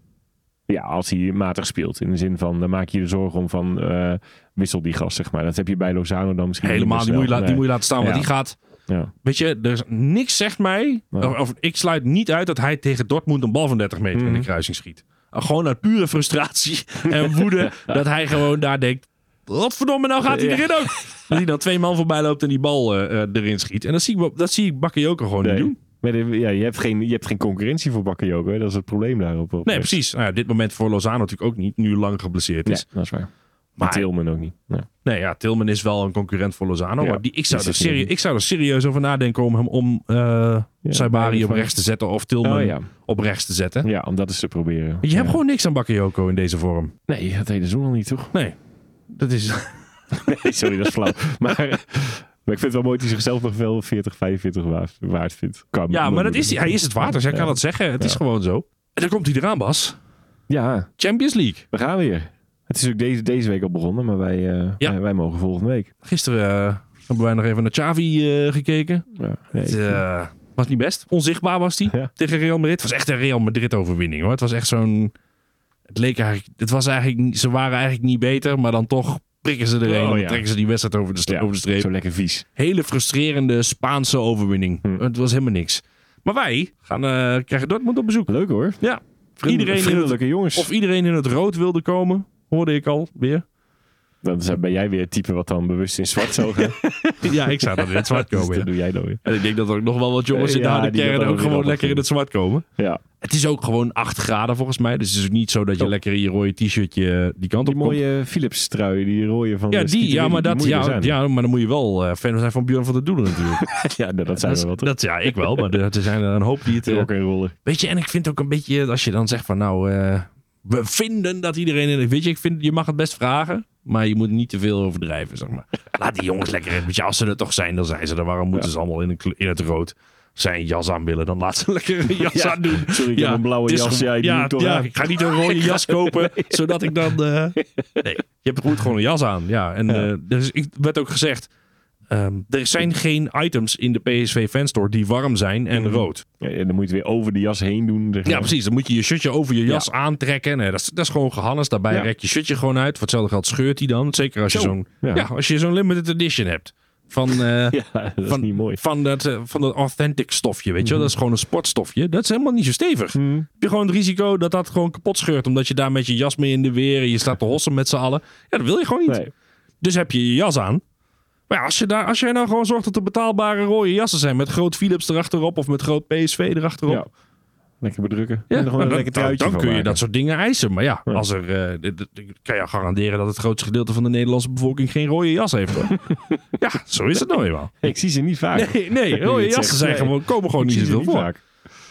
Ja, als hij matig speelt. In de zin van, dan maak je je zorgen om van, uh, wissel die gast, zeg maar. Dat heb je bij Lozano dan misschien Helemaal, niet die moet, je snel. la- die moet je laten staan. Want Ja. die gaat... Ja. Weet je, er is niks zegt mij... Ja. Of, of ik sluit niet uit dat hij tegen Dortmund een bal van dertig meter in de Mhm. kruising schiet. Gewoon uit pure frustratie en woede. Dat hij gewoon daar denkt... Godverdomme, nou gaat hij Ja. erin ook. Dat hij dan twee man voorbij loopt en die bal uh, uh, erin schiet. En dat zie ik, dat zie ik Bakayoko gewoon Nee. niet doen. Maar de- ja, je, hebt geen, je hebt geen concurrentie voor Bakayoko. Hè? Dat is het probleem daarop. Op Nee, precies. Nou ja, dit moment voor Lozano natuurlijk ook niet. Nu lang geblesseerd Ja, is. dat is waar. Maar- Maar Tilman ook niet. Ja. Nee, ja, Tilman is wel een concurrent voor Lozano. Ja, maar die, ik, zou is er het niet. serie, ik zou er serieus over nadenken om hem om uh, Saibari beide op van- rechts te zetten. Of Tilman Oh, ja. op rechts te zetten. Ja, om dat eens te proberen. Je ja. hebt gewoon niks aan Bakayoko in deze vorm. Nee, het hele seizoen al niet, toch? Nee. Dat is... Nee, sorry, dat is flauw. Maar, maar ik vind het wel mooi dat hij zichzelf nog wel veertig, vijfenveertig waard, waard vindt. Kan Ja, maar dat is, hij is het waard. Dus hij Ja. kan dat zeggen. Het is Ja. gewoon zo. En dan komt hij eraan, Bas. Ja, Champions League. we gaan weer. Het is ook deze, deze week al begonnen, maar wij, uh, Ja. wij, wij mogen volgende week. Gisteren uh, hebben wij nog even naar Xavi uh, gekeken. Ja, nee, Het uh, was niet best. Onzichtbaar was hij Ja. tegen Real Madrid. Het was echt een Real Madrid overwinning, hoor. Het was echt zo'n... Het leek eigenlijk... Het was eigenlijk... niet- Ze waren eigenlijk niet beter, maar dan toch prikken ze erheen. Oh, en dan ja. trekken ze die wedstrijd over de, st- ja, over de streep. zo lekker vies. Hele frustrerende Spaanse overwinning. Hm. Het was helemaal niks. Maar wij gaan, uh, krijgen Dortmund op bezoek. Leuk hoor. Ja. Vriend- Iedereen in het, vriendelijke jongens. of iedereen in het rood wilde komen, hoorde ik al weer. Dan ben jij weer het type wat dan bewust in zwart zou gaan. Ja, ik zou dan in het zwart Dus komen. dat Ja. doe jij dan weer. En ik denk dat er ook nog wel wat jongens in de Ja, harde die kern dat ook ook gewoon weer lekker in het zwart komen. Ja, Het is ook gewoon acht graden volgens mij. Dus het is ook niet zo dat je Oh. lekker in je rode t-shirtje die kant die op komt. mooie Philips trui, die rode van Ja, de die, ja, Skieter, maar die dat, moet je er ja, zijn. ja, maar dan moet je wel uh, fan zijn van Björn van der Doelen natuurlijk. ja, dat, dat zijn dat, we wel is- toch? dat, ja, ik wel. Maar er er zijn er een hoop die het... Uh, Rock en rollen. weet je, en ik vind ook een beetje, als je dan zegt van nou, uh, we vinden dat iedereen... in Weet je, ik vind, je mag het best vragen, maar je moet niet te veel overdrijven, zeg maar. Laat die jongens lekker in. Weet je, als ze er toch zijn, dan zijn ze er. Waarom moeten Ja. ze allemaal in, een, kle- in het rood zijn jas aan willen? Dan laat ze lekker een jas Ja, aan doen. sorry, ik heb een blauwe het is jas. gewoon- Ja, die ja, moet toch ja, aan. ik ga niet een rode jas kopen, zodat ik dan... uh, nee, je hebt goed gewoon een jas aan. Ja, en Ja. uh, dus ik werd ook gezegd, um, er zijn geen items in de P S V fanstore die warm zijn en Mhm. rood. Ja, en dan moet je het weer over de jas heen doen. zeg Ja, maar. precies. Dan moet je je shirtje over je jas aantrekken. Nee, dat, is, dat is gewoon gehannes. Daarbij Ja. rek je shirtje gewoon uit. Voor hetzelfde geld scheurt hij dan. Zeker als je Zo. zo'n Ja. ja. als je zo'n limited edition hebt. Van, uh, Ja, dat is van, niet mooi. van, dat, uh, van dat authentic stofje, weet je wel. Dat is gewoon een sportstofje. Dat is helemaal niet zo stevig. Hm. Heb je gewoon het risico dat dat gewoon kapot scheurt. Omdat je daar met je jas mee in de weer. En je staat te hossen met z'n allen. Ja, dat wil je gewoon niet. Nee. Dus heb je je jas aan. Maar ja, als, je daar, als jij nou gewoon zorgt dat er betaalbare rode jassen zijn... met groot Philips erachterop of met groot P S V erachterop... Ja. Lekker bedrukken. Ja, en er gewoon nou, een lekker dan, truitje dan van kun je maken. dat soort dingen eisen. Maar ja, Ja. als er, uh, dit, dit, kan je garanderen dat het grootste gedeelte van de Nederlandse bevolking geen rode jas heeft. Hoor. Ja, zo is het nou eenmaal. Ik zie ze niet vaak. Nee, nee rode het jassen zegt, zijn nee. gewoon, komen gewoon Ik niet zie ze zoveel voor. vaak.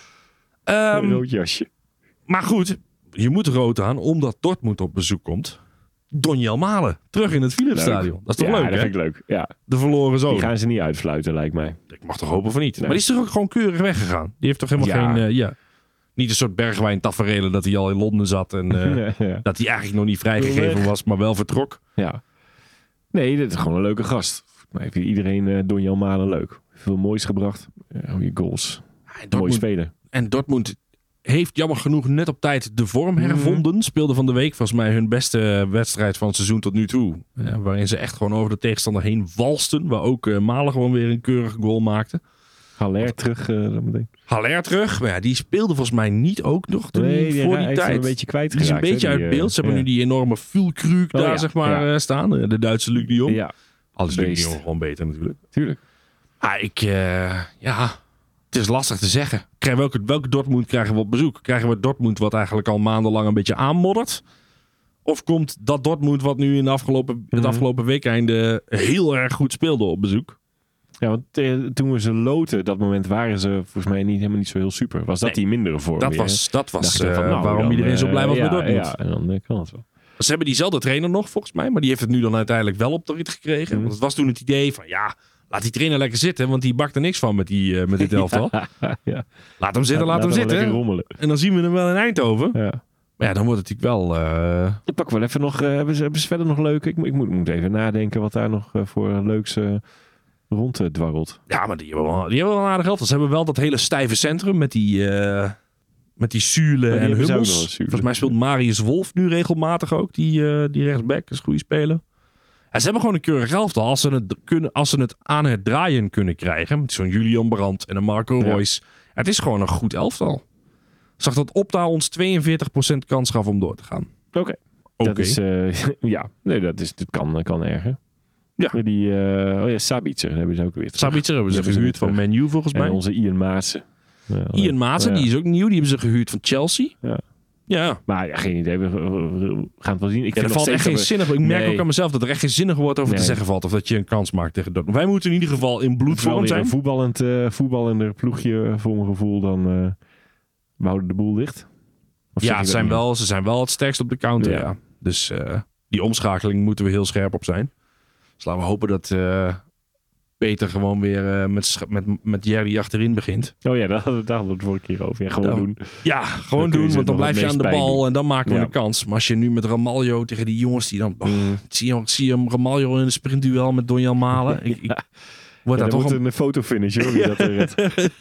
Um, Een rood jasje. maar goed, je moet rood aan omdat Dortmund op bezoek komt. Donjel Malen, terug in het Philipsstadion. Dat is toch ja, leuk, dat hè? vind ik leuk. Ja. De verloren zoon. Die gaan ze niet uitfluiten, lijkt mij. Ik mag toch hopen van niet. Nee. Maar die is toch ook gewoon keurig weggegaan? Die heeft toch helemaal Ja. geen... Uh, ja. Niet een soort Bergwijn taferelen dat hij al in Londen zat. En uh, ja, ja. dat hij eigenlijk nog niet vrijgegeven was, maar wel vertrok. ja. Nee, dit is gewoon een leuke gast. Maar ik vind iedereen uh, Donjel Malen leuk. Veel moois gebracht. Ja, goede goals. Ja, en Mooi Dortmund, spelen. en Dortmund heeft jammer genoeg net op tijd de vorm hervonden. Speelde van de week volgens mij hun beste wedstrijd van het seizoen tot nu toe. Ja, waarin ze echt gewoon over de tegenstander heen walsten. Waar ook uh, Malen gewoon weer een keurige goal maakte. Haller terug uh, dan meteen. Haller terug. Maar ja, die speelde volgens mij niet ook nog toen Nee, die, die voor hij die heeft hem tijd. een beetje Die is kwijtgeraakt. een beetje hè, uit die, beeld. uh, Ze hebben ja. nu die enorme Füllkrug Oh, daar ja, zeg maar ja. uh, staan. De Duitse Luc de Jong. Ja, Alles Luc de beest. Jong gewoon beter natuurlijk. tuurlijk. Ah, ik, uh, ja, het is lastig te zeggen. Krijgen welke, welke Dortmund krijgen we op bezoek? Krijgen we Dortmund wat eigenlijk al maandenlang een beetje aanmoddert? Of komt dat Dortmund wat nu in de afgelopen, het Mhm. afgelopen weekende heel erg goed speelde op bezoek? Ja, want uh, toen we ze loten, dat moment waren ze volgens mij niet, helemaal niet zo heel super. Was dat Nee, die mindere vorm Dat weer, was, dat was Dachten uh, van, nou, waarom dan, iedereen zo uh, blij was ja, met Dortmund. Ja, en dan uh, kan het wel. Ze hebben diezelfde trainer nog volgens mij, maar die heeft het nu dan uiteindelijk wel op de rit gekregen. Mhm. Want het was toen het idee van ja, laat die trainer lekker zitten, want die bakt er niks van met, die, uh, met dit elftal. ja. Laat hem zitten, laat, hem hem zitten. lekker rommelen. En dan zien we hem wel in Eindhoven. Ja. Maar ja, dan wordt het natuurlijk wel... Uh... Ik pak wel even nog, uh, hebben, ze, hebben ze verder nog leuk? Ik, moet- ik moet, moet even nadenken wat daar nog uh, voor leuks uh, rond uh, dwarrelt. Ja, maar die hebben wel, die hebben wel een aardig elftal. Ze hebben wel dat hele stijve centrum met die, uh, met die Zule die en hebben ze ook nog Hummels. wel, Zule. Volgens mij speelt Marius Wolf nu regelmatig ook, die, uh, die rechtsback. is een goede speler. Ja, ze hebben gewoon een keurig elftal. Als ze het, kunnen, als ze het aan het draaien kunnen krijgen, met zo'n Julian Brandt en een Marco Ja. Reus. Ja, het is gewoon een goed elftal. Ik zag dat Opta ons tweeënveertig procent kans gaf om door te gaan. Oké. Oké. Dat is, uh, ja, nee, dat, is, dat kan, kan erger. Ja. Die, uh, oh ja, Sabitzer dat hebben ze ook weer terug. Sabitzer hebben ze Die gehuurd van weer Man U volgens terug. mij. En onze Ian Maassen. Ja, Ian Maassen, ja. die is ook nieuw. Die hebben ze gehuurd van Chelsea. Ja. Ja. Maar ja, geen idee. We, we- we gaan het wel zien. Ik Ja, er vind nog valt echt steeds geen dat we- zinnig. Ik merk Nee. ook aan mezelf dat er echt geen zinnig woord over te Nee. zeggen valt. Of dat je een kans maakt tegen Dortmund. Wij moeten in ieder geval in Vooral bloedvorm weer zijn. een voetballend, uh, voetballender ploegje voor mijn gevoel. Dan uh, we houden de boel dicht. Of zeg Ja, je het dat zijn niet? wel, ze zijn wel het sterkst op de counter. Ja. Ja. Dus uh, die omschakeling moeten we heel scherp op zijn. Dus laten we hopen dat uh, Peter gewoon weer uh, met, sch- met, met Jerry achterin begint. Oh ja, daar hadden we daar hadden we het vorige keer over. Ja, gewoon Ja. doen. Ja, gewoon Dan kun je doen, ze want dan nog blijf je het aan de meest pijn bal doen. en dan maken we Ja. een kans. Maar als je nu met Ramaljo tegen die jongens die dan... Oh, Mm. zie, je, zie je hem Ramaljo in een sprintduel met Donjan Malen? Ik, ik word Ja, daar dan toch moet een... een fotofinish hoor. Wie dat er redt.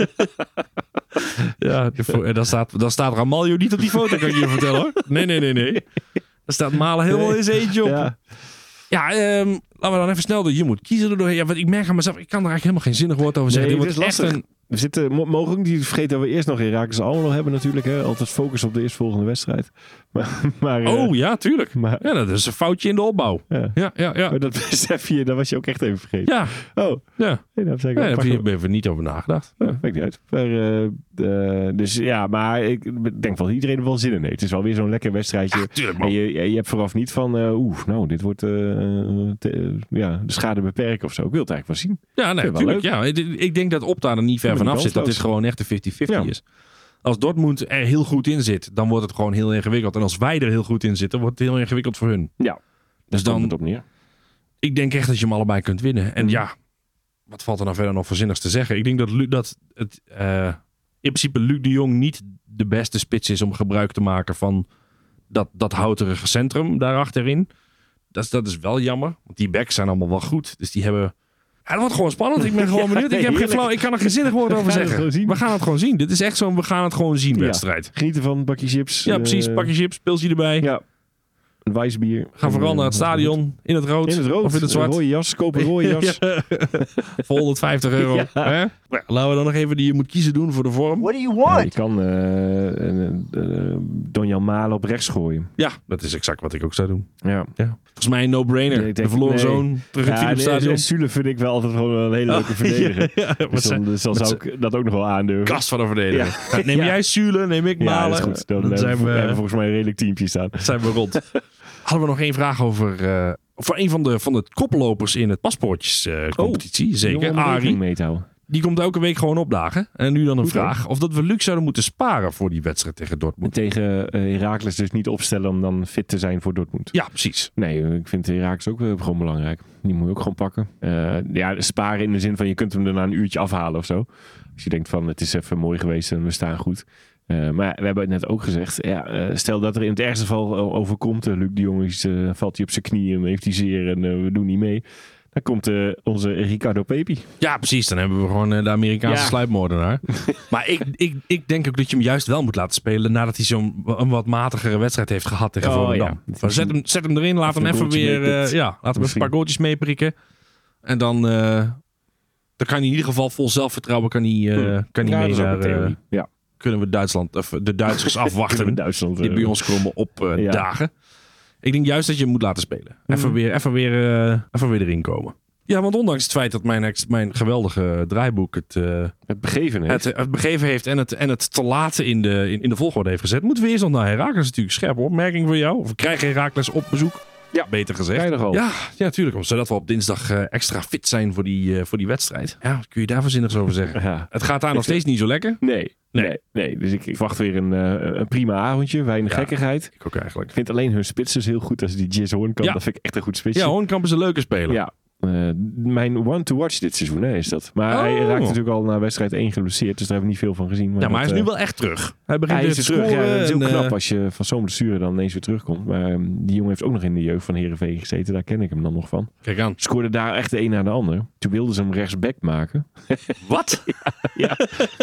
Ja, de fo- en dan staat, dan staat Ramaljo niet op die foto, kan ik je vertellen hoor. Nee, nee, nee, nee. Dan staat Malen helemaal Nee. in zijn eentje op. Ja, Ja. ehm, laten we dan even snel door. Je moet kiezen er doorheen. Ja, want ik merk aan mezelf, ik kan er eigenlijk helemaal geen zinnig woord over zeggen. Nee, Dit het wordt is echt lastig. een... We zitten, mo- mogen ook niet vergeten dat we eerst nog Heracles Almelo hebben natuurlijk. Hè? Altijd focus op de eerstvolgende wedstrijd. Maar, maar, eh, Oh ja, tuurlijk. maar, Ja, dat is een foutje in de opbouw. ja. Ja, ja, ja. Maar dat besef je, dat was je ook echt even vergeten. Ja, Oh, ja. nee, daar heb ik Nee, daar heb pak je hem. even niet over nagedacht. Ja, maakt niet uit. Maar, eh, eh, dus ja, maar ik denk wel dat iedereen er wel zin in heeft. Het is wel weer zo'n lekker wedstrijdje. Ja, tuurlijk En man. je, je hebt vooraf niet van, eh, oeh, nou, dit wordt eh, te- ja, de schade beperken of zo. Ik wil het eigenlijk wel zien. Ja, nee, Vind ik wel natuurlijk. Ja, ik, ik denk dat Opta er niet ver Ik ben vanaf niet zit. Dat dit kansloos. gewoon echt een vijftig vijftig Ja. is. Als Dortmund er heel goed in zit, dan wordt het gewoon heel ingewikkeld. En als wij er heel goed in zitten, wordt het heel ingewikkeld voor hun. Ja, Dus dan dan, het op neer. ik denk echt dat je hem allebei kunt winnen. En Mhm. ja, wat valt er nou verder nog voor zinnigs te zeggen? Ik denk dat, Lu- dat het eh, in principe Luc de Jong niet de beste spits is om gebruik te maken van dat, dat houterige centrum daar achterin. Dat, is- dat is wel jammer, want die backs zijn allemaal wel goed. Dus die hebben... Ja, dat wordt gewoon spannend. Ik ben gewoon Ja, benieuwd. Ik, heb geen heerlijk. flauw, ik kan er geen zinnig woord We over gaan het zeggen. gewoon zien. We gaan het gewoon zien. Dit is echt zo'n we gaan het gewoon zien Ja. wedstrijd. Genieten van een bakje chips. Ja, precies. eh, Pak je chips, pilsje erbij. Ja, Een wijsbier. Ga vooral naar het stadion. In het rood. In het rood. Of in het zwart. Een rode jas. Koop een rode jas. Ja. Voor honderdvijftig euro. Ja. Hè? Nou, laten we dan nog even die je moet kiezen doen voor de vorm. What do you want? Ja, je kan uh, uh, uh, Donjan Malen op rechts gooien. Ja, dat is exact wat ik ook zou doen. Ja. Ja. Volgens mij een no-brainer. Nee, de verloren nee. zoon terug in Ja, het nee, stadion. Sule vind ik wel altijd gewoon een hele leuke Oh, verdediger. ja, ja, dus dan, dus dan zou ik dat ook nog wel aandurven. Kast van een verdediger. Ja. Ja, neem Ja. jij Sule, neem ik Ja, Malen. dat is goed. Dan, Dan dan zijn hebben we we, hebben volgens mij een redelijk teampje staan. zijn we rond. Hadden we nog één vraag over... Uh, voor een van de, van de koplopers in het paspoortjescompetitie. Uh, Zeker, Om rekening Arie. mee te houden. Die komt elke week gewoon opdagen. En nu dan een Goed, vraag. Of dat we Luc zouden moeten sparen voor die wedstrijd tegen En Dortmund. tegen uh, Heracles dus niet opstellen om dan fit te zijn voor Dortmund. Ja, precies. Nee, ik vind Heracles ook uh, gewoon belangrijk. Die moet je ook gewoon pakken. Uh, ja, sparen in de zin van je kunt hem er na een uurtje afhalen of zo. Als je denkt van het is even mooi geweest en we staan goed. Uh, maar ja, we hebben het net ook gezegd. Ja, uh, stel dat er in het ergste geval overkomt. Uh, Luc de Jong is, uh, valt hij op zijn knieën en heeft hij zeer en uh, we doen niet mee. Dan komt uh, onze Ricardo Pepi. Ja, precies. Dan hebben we gewoon uh, de Amerikaanse Ja. sluipmoordenaar. Maar ik, ik, ik denk ook dat je hem juist wel moet laten spelen nadat hij zo'n een wat matigere wedstrijd heeft gehad tegen Oh, Volendam. ja. Maar Zet, hem, zet hem erin, laat Even hem een even goaltje weer meepikt. uh, ja, laat hem even een Misschien. paar goaltjes meeprikken. En dan, uh, dan kan hij in ieder geval vol zelfvertrouwen kan hij, uh, Hmm. kan hij Ja, mee dat is ook naar... een theorie. Uh, Ja. kunnen we Duitsland, of de Duitsers afwachten In Duitsland. die uh, bij ons komen opdagen. Ja. dagen. Ik denk juist dat je hem moet laten spelen. Even, Mhm. weer, even, weer, uh, even weer erin komen. Ja, want ondanks het feit dat mijn, ex- mijn geweldige draaiboek het, uh, Het begeven heeft. het, het begeven heeft en het, en het te laat in de, in, in de volgorde heeft gezet, moeten we eerst nog naar Heracles natuurlijk. Scherpe opmerking voor jou. Of we krijgen Heracles op bezoek. Ja. Beter gezegd. Krijg je nog al. Ja, ja, natuurlijk. Zodat we op dinsdag uh, extra fit zijn voor die, uh, voor die wedstrijd. Ja, wat kun je daar zinnigs over zeggen? Ja. Het gaat daar nog steeds niet zo lekker. Nee, Nee. nee, nee. Dus ik, ik wacht weer een, uh, een prima avondje. Weinig Ja. gekkigheid. Ik ook eigenlijk. Ik vind alleen hun spits dus heel goed. Als die Jizz Hoornkamp, Ja. dat vind ik echt een goed spitsje. Ja, Hoornkamp is een leuke speler. Ja. Uh, mijn one to watch dit seizoen hè, is dat. Maar Oh. hij raakt natuurlijk al na wedstrijd één geblesseerd. Dus daar hebben we niet veel van gezien. Ja, maar dat, hij is nu uh, wel echt terug. Hij begint Hij weer is te weer terug. scoren. Ja, het is heel en, knap uh, als je van zo'n blessure dan ineens weer terugkomt. Maar um, die jongen heeft ook nog in de jeugd van Heerenveen gezeten. Daar ken ik hem dan nog van. Kijk aan. Scoorde daar echt de een na de ander. Toen wilden ze hem rechtsback maken. Wat? Ja.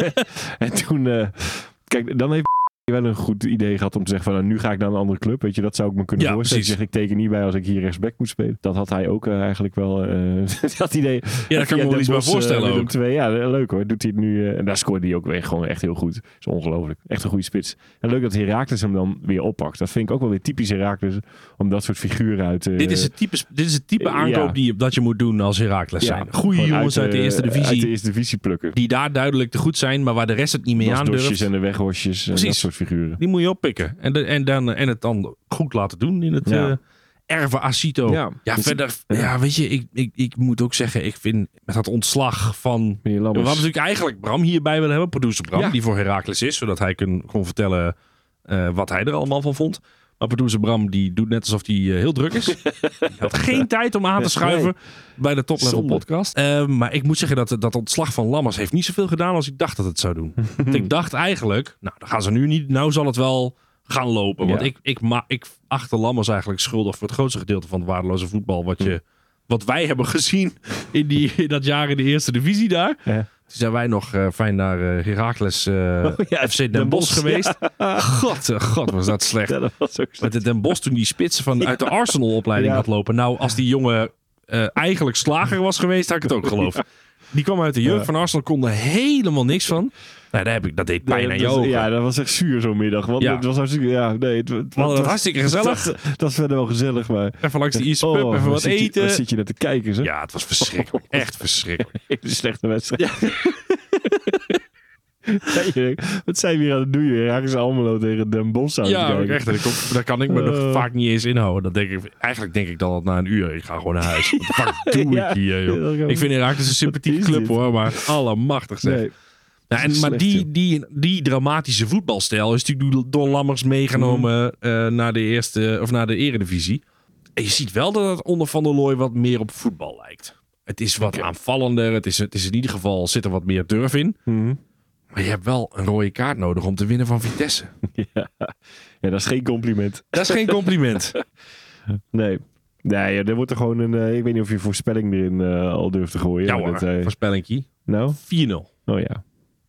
En toen... Uh, kijk, dan heeft wel een goed idee gehad om te zeggen van nou, nu ga ik naar een andere club. Weet je, dat zou ik me kunnen Ja, voorstellen. precies. Zeg, ik teken niet bij als ik hier rechtsback moet spelen. Dat had hij ook uh, eigenlijk wel. Uh, dat idee. Ja, daar kan ik me wel iets bij voorstellen ook. Twee, ja, leuk hoor. Doet hij het nu. Uh, en daar scoorde hij ook weer gewoon echt heel goed. Dat is ongelooflijk. Echt een goede spits. En leuk dat Heracles hem dan weer oppakt. Dat vind ik ook wel weer typisch Heracles. Om dat soort figuren uit uh, Dit is het type, dit is het type Ja. aankoop die, dat je moet doen als Heracles zijn. Goede gewoon jongens uit, de uh, eerste Uit de divisie. eerste divisie plukken. Die daar duidelijk te goed zijn, maar waar de rest het niet mee Dosjes aandurft. en de weghosjes. En dat Precies. soort figuren. Die moet je oppikken. En, de, en, dan, en het dan goed laten doen in het Ja. uh, Erve Acito. Ja, Ja. Dus- verder, ja. ja, weet je, ik, ik, ik moet ook zeggen, ik vind met dat ontslag van... Meneer We Lammers. hadden natuurlijk eigenlijk Bram hierbij willen hebben, producer Bram, Ja. die voor Heracles is, zodat hij kon, kon vertellen uh, wat hij er allemaal van vond. Maar producer Bram, die doet net alsof hij uh, heel druk is. Hij had geen tijd om aan te schuiven Nee. bij de Top Level Zonde. podcast. Uh, maar ik moet zeggen dat dat ontslag van Lammers heeft niet zoveel gedaan als ik dacht dat het zou doen. Want ik dacht eigenlijk, nou, dan gaan ze nu niet, nou zal het wel gaan lopen. Want Ja. ik, ik, ma, ik acht de Lammers eigenlijk schuldig voor het grootste gedeelte van het waardeloze voetbal wat je... Wat wij hebben gezien in, die, in dat jaar in de eerste divisie daar. Ja. Toen zijn wij nog uh, fijn naar uh, Heracles uh, ja, F C Den, Den Bosch Bosch, geweest. God, uh, God was dat slecht. Ja, dat was ook Met de Den Bosch toen die spits van uit de Arsenal-opleiding Ja. had lopen. Nou, als die jongen uh, eigenlijk slager was geweest, had ik het ook geloofd. Die kwam uit de jeugd Ja. van Arsenal, kon er helemaal niks van. Nou, daar heb ik, dat deed pijn Nee, aan je dat was- ogen. Ja, dat was echt zuur zo'n middag. Want Ja. het was hartstikke... Ja, nee, het, het, We hadden het was- hartstikke gezellig. Dat, dat is verder wel gezellig, maar... Even langs de East Pub, Oh, even waar wat zit je- eten. waar zit je naar te kijken, zeg? Ja, het was verschrikkelijk. Echt verschrikkelijk. Een slechte wedstrijd. Ja, je denkt, wat zijn we hier aan het doen? Je raken ze allemaal tegen Den Bosch aan te Ja, ook kijken. echt. En ik kom- daar kan ik me nog Uh. vaak niet eens inhouden. Dat denk ik, eigenlijk denk ik dan al na een uur, ik ga gewoon naar huis. Wat de fuck doe Ja. ik hier, joh? Ja, dat kan- Ik vind Heracles een sympathieke Wat is club, dit? hoor. Maar allemachtig, zeg. Nee. Nou, en, is maar slecht, die, joh. die, die dramatische voetbalstijl is natuurlijk door- door Lammers meegenomen Mhm. uh, naar de eerste of naar de eredivisie. En je ziet wel dat het onder Van der Looy wat meer op voetbal lijkt. Het is wat Oké. aanvallender. Het is, het is in ieder geval, zit er wat meer durf in. Mhm. Maar je hebt wel een rode kaart nodig om te winnen van Vitesse. Ja. ja, dat is geen compliment. Dat is geen compliment. Nee. Nee, ja, er wordt er gewoon een... Uh, ik weet niet of je voorspelling erin uh, al durft te gooien. Ja maar hoor, dat, uh, voorspellingkie. nou? vier nul. Oh ja.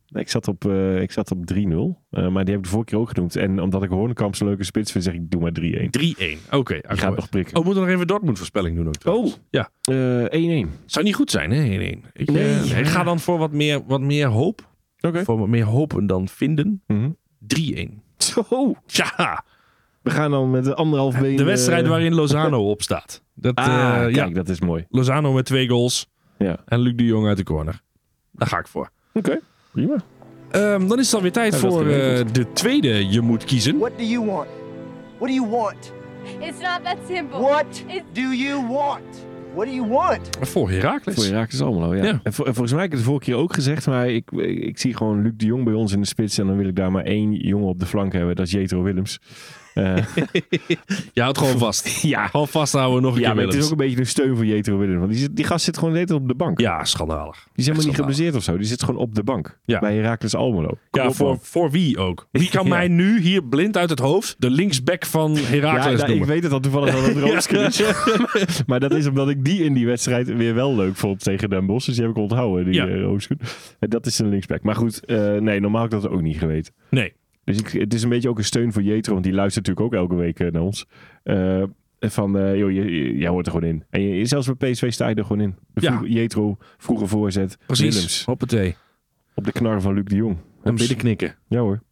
Ik zat op, uh, ik zat op drie nul. Uh, maar die heb ik de vorige keer ook genoemd. En omdat ik Hoornkamp zo'n leuke spits vind, zeg ik doe maar drie-één. drie-één, oké. Okay, die gaat nog prikken. Oh, we moeten nog even Dortmund voorspelling doen ook trouwens. Oh, ja. Uh, één-één. Zou niet goed zijn, hè? één-één. Ik, nee, uh, ja. ik ga dan voor wat meer, wat meer hoop. Oké. Okay. Voor wat meer hopen dan vinden. Mm-hmm. drie-één. Zo. Ja. We gaan dan met de anderhalf been... De wedstrijd waarin Lozano op staat. Dat, ah, uh, kijk, ja. dat is mooi. Lozano met twee goals. Ja. En Luc de Jong uit de corner. Daar ga ik voor. Oké, okay, prima. Um, dan is het alweer tijd ja, voor uh, de tweede Je Moet Kiezen. What do you want? What do you want? It's not that simple. What It's... do you want? What do you want? Voor Heracles. Voor Heracles Almelo, ja. ja. En, voor, en volgens mij heb ik het de vorige keer ook gezegd, maar ik, ik, ik zie gewoon Luc de Jong bij ons in de spits en dan wil ik daar maar één jongen op de flank hebben. Dat is Jetro Willems. Uh, Je houdt gewoon vast. Ja. Gewoon vasthouden nog een ja, keer maar Willems. het is ook een beetje een steun voor Jetro Willems. Want die, die gast zit gewoon de hele tijd op de bank. Ja, schandalig. Die is helemaal Echt niet geblesseerd of zo. Die zit gewoon op de bank. Ja. Bij Heracles Almelo. Kom ja, op, voor, voor wie ook? Wie kan ja. mij nu hier blind uit het hoofd de linksback van Heracles ja, nou, noemen? Ik weet het al toevallig al het Rooskunde. Maar dat is omdat ik die in die wedstrijd weer wel leuk vond tegen Den Bosch. Dus die heb ik onthouden, die ja. uh, Rooskunde. Dat is een linksback. Maar goed, uh, nee, normaal heb ik dat ook niet geweten. Nee. Dus ik, het is een beetje ook een steun voor Jetro, want die luistert natuurlijk ook elke week uh, naar ons. Uh, van, uh, joh, je, jij hoort er gewoon in. En je, zelfs bij P S V sta je er gewoon in. Ja. Jetro, vroege voorzet. Precies, Willems. hoppatee. Op de knar van Luc de Jong. En binnenknikken. Ja hoor.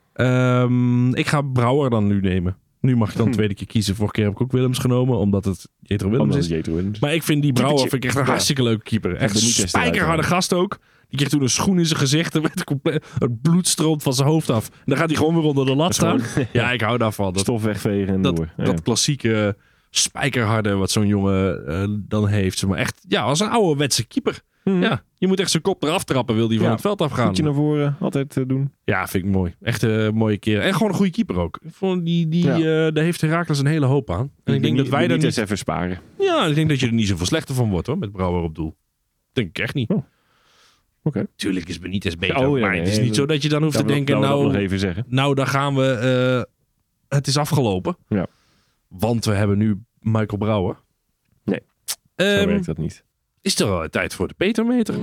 Um, ik ga Brouwer dan nu nemen. Nu mag ik dan hm. tweede keer kiezen. Vorige keer heb ik ook Willems genomen, omdat het Jetro Willems omdat is. Het Jetro Willems. Maar ik vind die Brouwer vind ik echt een ja. hartstikke leuke keeper. Echt een spijkerharde gast ook. Die kreeg toen een schoen in zijn gezicht. Het bloed stroomt van zijn hoofd af. En dan gaat hij gewoon weer onder de lat staan. Gewoon, ja, ik hou daarvan. Dat, stof wegvegen en dat, door. Ja. Dat klassieke spijkerharde wat zo'n jongen uh, dan heeft. Maar echt, ja, als een ouderwetse keeper. Mm. Ja, je moet echt zijn kop eraf trappen, wil die van ja, het veld afgaan. Voetje naar voren, altijd uh, doen. Ja, vind ik mooi. Echt een uh, mooie keer. En gewoon een goede keeper ook. Die, die, ja. uh, daar heeft Heracles een hele hoop aan. En ik, ik denk dat wij er niet... even sparen. Ja, ik denk dat je er niet zoveel slechter van wordt hoor, met Brouwer op doel. Denk ik echt niet. Oh. Okay. Tuurlijk is Benitez beter, oh, ja, maar nee, het is nee, niet zo dat je dan hoeft te wil, denken, nou, nog even zeggen. nou, dan gaan we, uh, het is afgelopen. Ja. Want we hebben nu Michael Brouwer. Nee, um, zo werkt dat niet. Is er al tijd voor de Petermeter?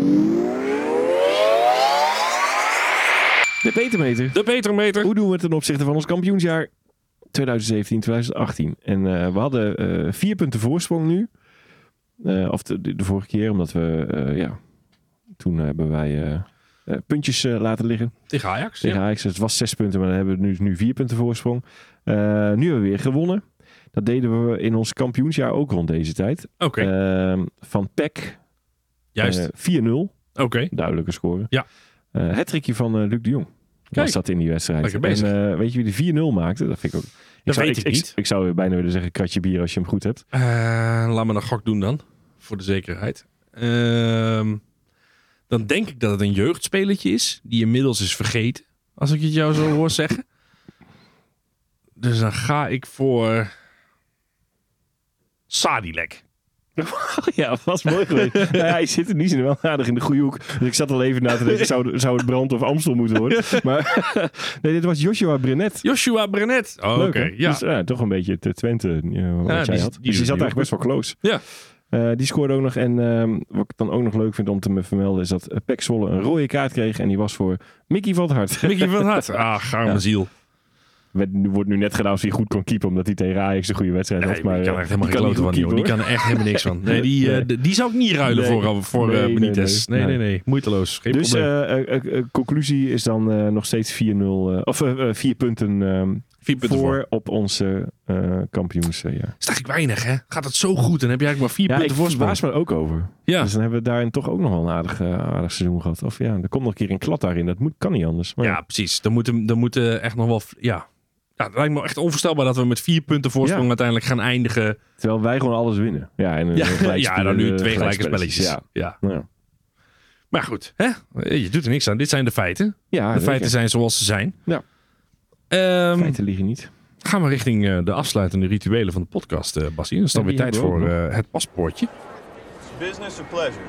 De Petermeter. De Petermeter. Hoe doen we het ten opzichte van ons kampioensjaar twintig zeventien twintig achttien? En uh, we hadden uh, vier punten voorsprong nu. Uh, of de, de, de vorige keer, omdat we, uh, ja, toen hebben wij uh, uh, puntjes uh, laten liggen. Tegen Ajax. Tegen ja. Ajax. Het was zes punten, maar dan hebben we nu, nu vier punten voorsprong. Uh, nu hebben we weer gewonnen. Dat deden we in ons kampioensjaar ook rond deze tijd. Oké. Okay. Uh, van P E C. Juist. Uh, vier nul. Oké. Okay. Duidelijke score. Ja. Uh, het trickje van uh, Luc de Jong. Kijk. Was dat in die wedstrijd. En uh, weet je wie de vier nul maakte? Dat vind ik ook... Dat ik zou, weet ik, ik niet. Ik, ik zou bijna willen zeggen kratje bier als je hem goed hebt. Uh, laat me een gok doen dan. Voor de zekerheid. Uh, dan denk ik dat het een jeugdspelletje is. Die inmiddels is vergeten. Als ik het jou zo hoor zeggen. Dus dan ga ik voor... Sadilek. Ja, dat was mooi geweest. Nou ja, hij zit er niet zo wel aardig in de goede hoek. Dus ik zat al even na te denken, zou, zou het Brand of Amstel moeten worden? Maar nee, dit was Joshua Brenet. Joshua Brenet. Oh, oké. Okay. Ja. Dus, ja, toch een beetje te Twente uh, wat ja, jij die, had. Die, dus die zat eigenlijk best wel close. Ja. Uh, die scoorde ook nog. En uh, wat ik dan ook nog leuk vind om te me vermelden... is dat P E C Zwolle een rode kaart kreeg. En die was voor Mickey van het Hart. Mickey van het Hart. Ah, garme ja. ziel. Er wordt nu net gedaan als hij goed kon keepen, omdat hij tegen Ajax een goede wedstrijd nee, had. Maar die kan er echt helemaal geen klote van, joh. Die kan er echt helemaal niks van. Nee, die, nee. Uh, die zou ik niet ruilen nee. voor, voor nee, uh, Benitez. Nee nee, nee, nee, nee. Moeiteloos. Geen dus probleem. Uh, uh, uh, conclusie is dan uh, nog steeds vier nul. Uh, of uh, uh, vier punten, um, vier punten voor, voor op onze uh, kampioens. Uh, ja. Dat is eigenlijk weinig, hè? Gaat het zo goed? Dan heb je eigenlijk maar vier ja, punten voor. Ja, ik verbaas me ook over. Ja. Dus dan hebben we daarin toch ook nog wel een aardig, uh, aardig seizoen gehad. Of ja, er komt nog een keer een klad daarin. Dat moet, kan niet anders. Maar ja, ja, precies. Dan moeten dan moet echt nog wel... Ja. Ja, het lijkt me echt onvoorstelbaar dat we met vier punten voorsprong ja. uiteindelijk gaan eindigen. Terwijl wij gewoon alles winnen. Ja, en ja, ja dan nu twee gelijke spelletjes. Ja. Ja. Ja. Maar goed, hè? Je doet er niks aan. Dit zijn de feiten. Ja, de feiten zijn zoals ze zijn. Ja. Um, feiten liegen niet. Gaan we richting uh, de afsluitende rituelen van de podcast, uh, Bassie. Dan is het ja, weer tijd voor uh, het paspoortje. Business or pleasure?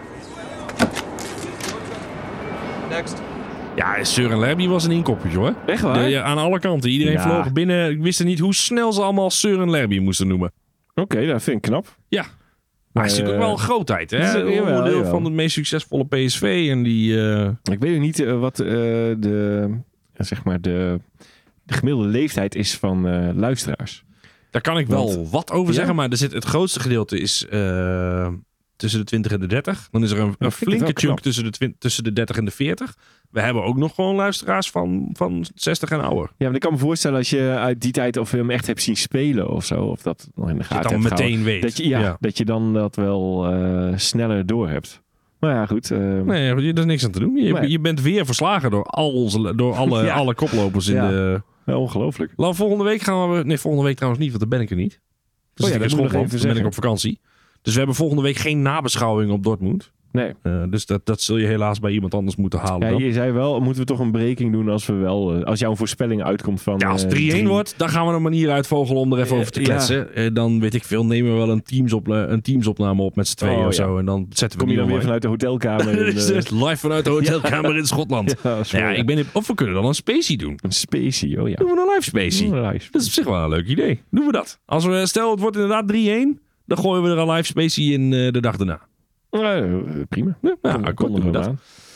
Next. Ja, Søren Lerby was een inkoppertje hoor. Echt waar? De, ja, aan alle kanten. Iedereen ja. vloog binnen. Ik wist niet hoe snel ze allemaal Søren Lerby moesten noemen. Oké, okay, dat vind ik knap. Ja. Maar hij is natuurlijk ook wel een grootheid, hè? Een onderdeel van de meest succesvolle P S V. En die, uh... Ik weet niet uh, wat uh, de, uh, zeg maar de, de gemiddelde leeftijd is van uh, luisteraars. Daar kan ik wel want, wat over ja? zeggen, maar er zit, het grootste gedeelte is uh, tussen de twintig en de dertig. Dan is er een, een flinke chunk tussen de, twintig, tussen de dertig en de veertig. We hebben ook nog gewoon luisteraars van, van zestig en ouder. Ja, maar ik kan me voorstellen als je uit die tijd of je hem echt hebt zien spelen of zo. Of dat nog in de gaten je dan hebt meteen gehouden, weet. Dat je, ja, ja, dat je dan dat wel uh, sneller door hebt. Maar ja, goed. Uh, nee, er is niks aan te doen. Je, nee. je bent weer verslagen door, al onze, door alle, ja. alle koplopers in ja. de... Ja, ongelooflijk. Nou, volgende week gaan we... Nee, volgende week trouwens niet, want dan ben ik er niet. Dus oh ja, dat moet ik nog even dan ben ik op vakantie. Dus we hebben volgende week geen nabeschouwing op Dortmund. Nee. Uh, dus dat, dat zul je helaas bij iemand anders moeten halen. Ja, dan. Je zei wel, moeten we toch een breking doen als we wel... Uh, als jouw voorspelling uitkomt van... Ja, als het drie-een uh, wordt, dan gaan we een manier uitvogelen om er even uh, over te kletsen. Ja. Uh, dan weet ik veel, nemen we wel een, teams op, uh, een teamsopname op met z'n tweeën oh, of ja. zo. En dan zetten we Kom je dan weer mee. vanuit de hotelkamer? in, uh... Live vanuit de hotelkamer ja. in Schotland. Ja, ja, ik ben in, of we kunnen dan een specie doen. Een specie, oh ja. Doen we een live specie. Een live specie. Dat is op zich wel een leuk idee. Doen we dat. Als we, stel, het wordt inderdaad drie-een, dan gooien we er een live specie in uh, de dag daarna. Ja, prima. Ja, ja, kom, kom, doen we dat.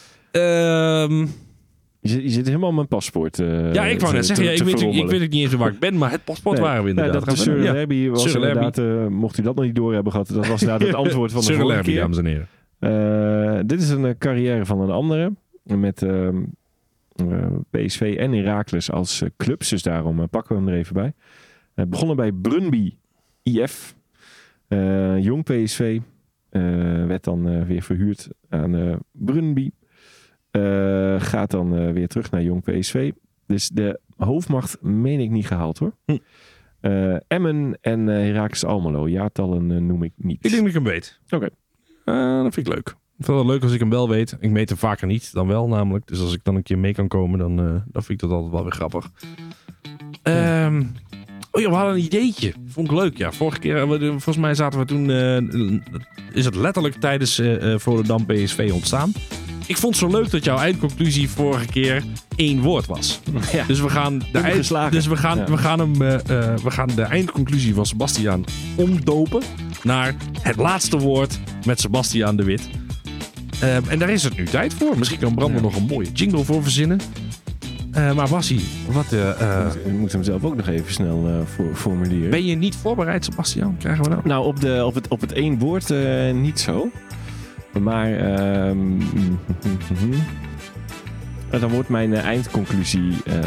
Um, je, zit, je zit helemaal op mijn paspoort. Uh, ja, ik wou net zeggen, ja, ik, weet, ik weet niet eens waar ik ben, maar het paspoort nee, waren we inderdaad. Ja, dat de Sir Lerby was Sir inderdaad, uh, mocht u dat nog niet door hebben gehad, dat was inderdaad het antwoord van de Sir vorige Lerby, keer. dames en heren. Uh, dit is een uh, carrière van een andere, met uh, uh, P S V en Heracles als uh, clubs, dus daarom uh, pakken we hem er even bij. Uh, begonnen bij Brøndby I F, uh, jong P S V. Uh, werd dan uh, weer verhuurd aan uh, Brøndby. Uh, gaat dan uh, weer terug naar jong P S V. Dus de hoofdmacht meen ik niet gehaald hoor. Hm. Uh, Emmen en uh, Heracles Almelo. Jaartallen uh, noem ik niet. Ik denk dat ik hem weet. Oké. Okay. Uh, dat vind ik leuk. Ik vind het leuk als ik hem wel weet. Ik meet hem vaker niet dan wel namelijk. Dus als ik dan een keer mee kan komen, dan, uh, dan vind ik dat altijd wel weer grappig. Ehm... Um, Oh ja, we hadden een ideetje. Vond ik leuk, ja. Vorige keer, volgens mij zaten we toen... Uh, is het letterlijk tijdens uh, Volendam P S V ontstaan. Ik vond het zo leuk dat jouw eindconclusie vorige keer één woord was. Ja. Dus we gaan, de, eind, dus we gaan, ja. we gaan, hem, uh, uh, we gaan de eindconclusie van Sebastiaan omdopen naar het laatste woord met Sebastiaan de Wit. Uh, en daar is het nu tijd voor. Misschien kan Bram er ja. nog een mooie jingle voor verzinnen. Uh, maar Bassie, wat... Uh, uh, je moet hem zelf ook nog even snel uh, voor, formuleren. Ben je niet voorbereid, Sebastiaan? Krijgen we nou? Nou, op, de, op, het, op het één woord uh, niet zo. Maar... Uh, mm, mm, dan wordt mijn uh, eindconclusie... Uh,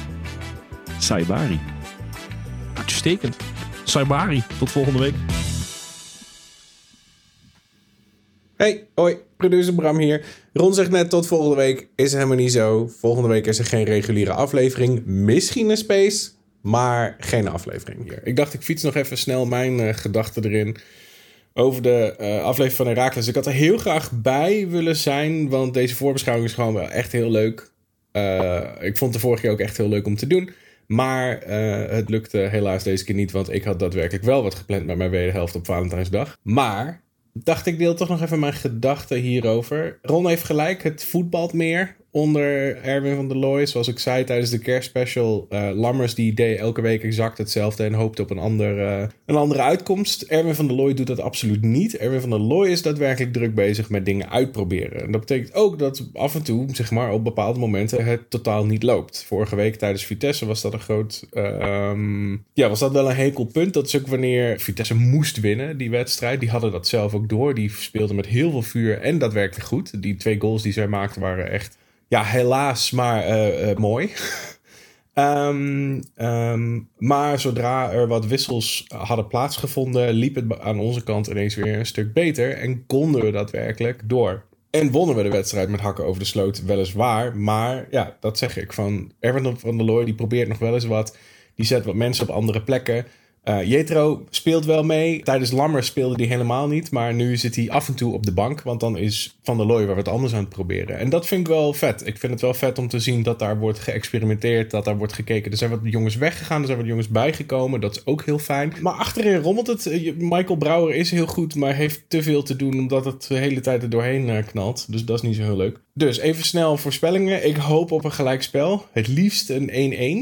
Saibari. Uitstekend. Saibari. Tot volgende week. Hey, hoi, producer Bram hier. Ron zegt net tot volgende week. Is helemaal niet zo. Volgende week is er geen reguliere aflevering. Misschien een space, maar geen aflevering hier. Ik dacht, ik fiets nog even snel mijn uh, gedachten erin over de uh, aflevering van Heracles. Ik had er heel graag bij willen zijn, want deze voorbeschouwing is gewoon wel echt heel leuk. Uh, ik vond de vorige keer ook echt heel leuk om te doen. Maar uh, het lukte helaas deze keer niet, want ik had daadwerkelijk wel wat gepland met mijn wederhelft op Valentijnsdag. Maar... dacht ik deel toch nog even mijn gedachten hierover. Ron heeft gelijk, het voetbalt meer onder Erwin van der Looy. Zoals ik zei tijdens de kerstspecial. Uh, Lammers die deed elke week exact hetzelfde en hoopte op een, ander, uh, een andere uitkomst. Erwin van der Looy doet dat absoluut niet. Erwin van der Looy is daadwerkelijk druk bezig met dingen uitproberen. En dat betekent ook dat af en toe, zeg maar, op bepaalde momenten het totaal niet loopt. Vorige week tijdens Vitesse was dat een groot... Uh, um, ja, was dat wel een hekel punt. Dat is ook wanneer Vitesse moest winnen, die wedstrijd. Die hadden dat zelf ook door. Die speelden met heel veel vuur en dat werkte goed. Die twee goals die zij maakten waren echt... ja, helaas, maar uh, uh, mooi. um, um, maar zodra er wat wissels hadden plaatsgevonden, liep het aan onze kant ineens weer een stuk beter. En konden we daadwerkelijk door. En wonnen we de wedstrijd met hakken over de sloot, weliswaar. Maar ja, dat zeg ik. Van Erwin van der Looy, die probeert nog wel eens wat. Die zet wat mensen op andere plekken. Uh, Jetro speelt wel mee. Tijdens Lammers speelde hij helemaal niet. Maar nu zit hij af en toe op de bank. Want dan is Van der Looy weer wat anders aan het proberen. En dat vind ik wel vet. Ik vind het wel vet om te zien dat daar wordt geëxperimenteerd. Dat daar wordt gekeken. Er zijn wat jongens weggegaan. Er zijn wat jongens bijgekomen. Dat is ook heel fijn. Maar achterin rommelt het. Michael Brouwer is heel goed. Maar heeft te veel te doen. Omdat het de hele tijd er doorheen knalt. Dus dat is niet zo heel leuk. Dus even snel voorspellingen. Ik hoop op een gelijkspel. Het liefst een één-één.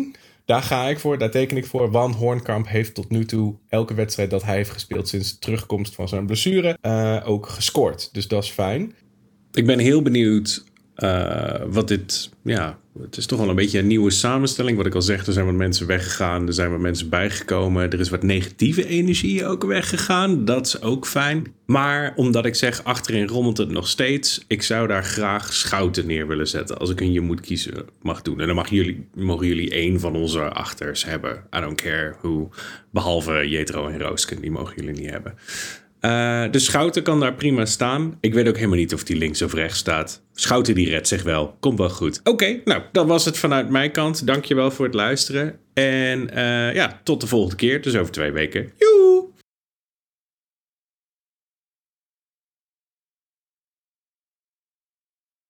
Daar ga ik voor, daar teken ik voor. Want Hoornkamp heeft tot nu toe elke wedstrijd dat hij heeft gespeeld sinds de terugkomst van zijn blessure uh, ook gescoord. Dus dat is fijn. Ik ben heel benieuwd uh, wat dit... Ja, het is toch wel een beetje een nieuwe samenstelling. Wat ik al zeg, er zijn wat mensen weggegaan. Er zijn wat mensen bijgekomen. Er is wat negatieve energie ook weggegaan. Dat is ook fijn. Maar omdat ik zeg, achterin rommelt het nog steeds. Ik zou daar graag Schouten neer willen zetten. Als ik een je moet kiezen mag doen. En dan mag jullie, mogen jullie één van onze achters hebben. I don't care who. Behalve Jetro en Roosken. Die mogen jullie niet hebben. Uh, de Schouten kan daar prima staan. Ik weet ook helemaal niet of die links of rechts staat. Schouten die redt zich wel. Komt wel goed. Oké, okay, nou, dat was het vanuit mijn kant. Dankjewel voor het luisteren. En uh, ja, tot de volgende keer. Dus over twee weken. Joe!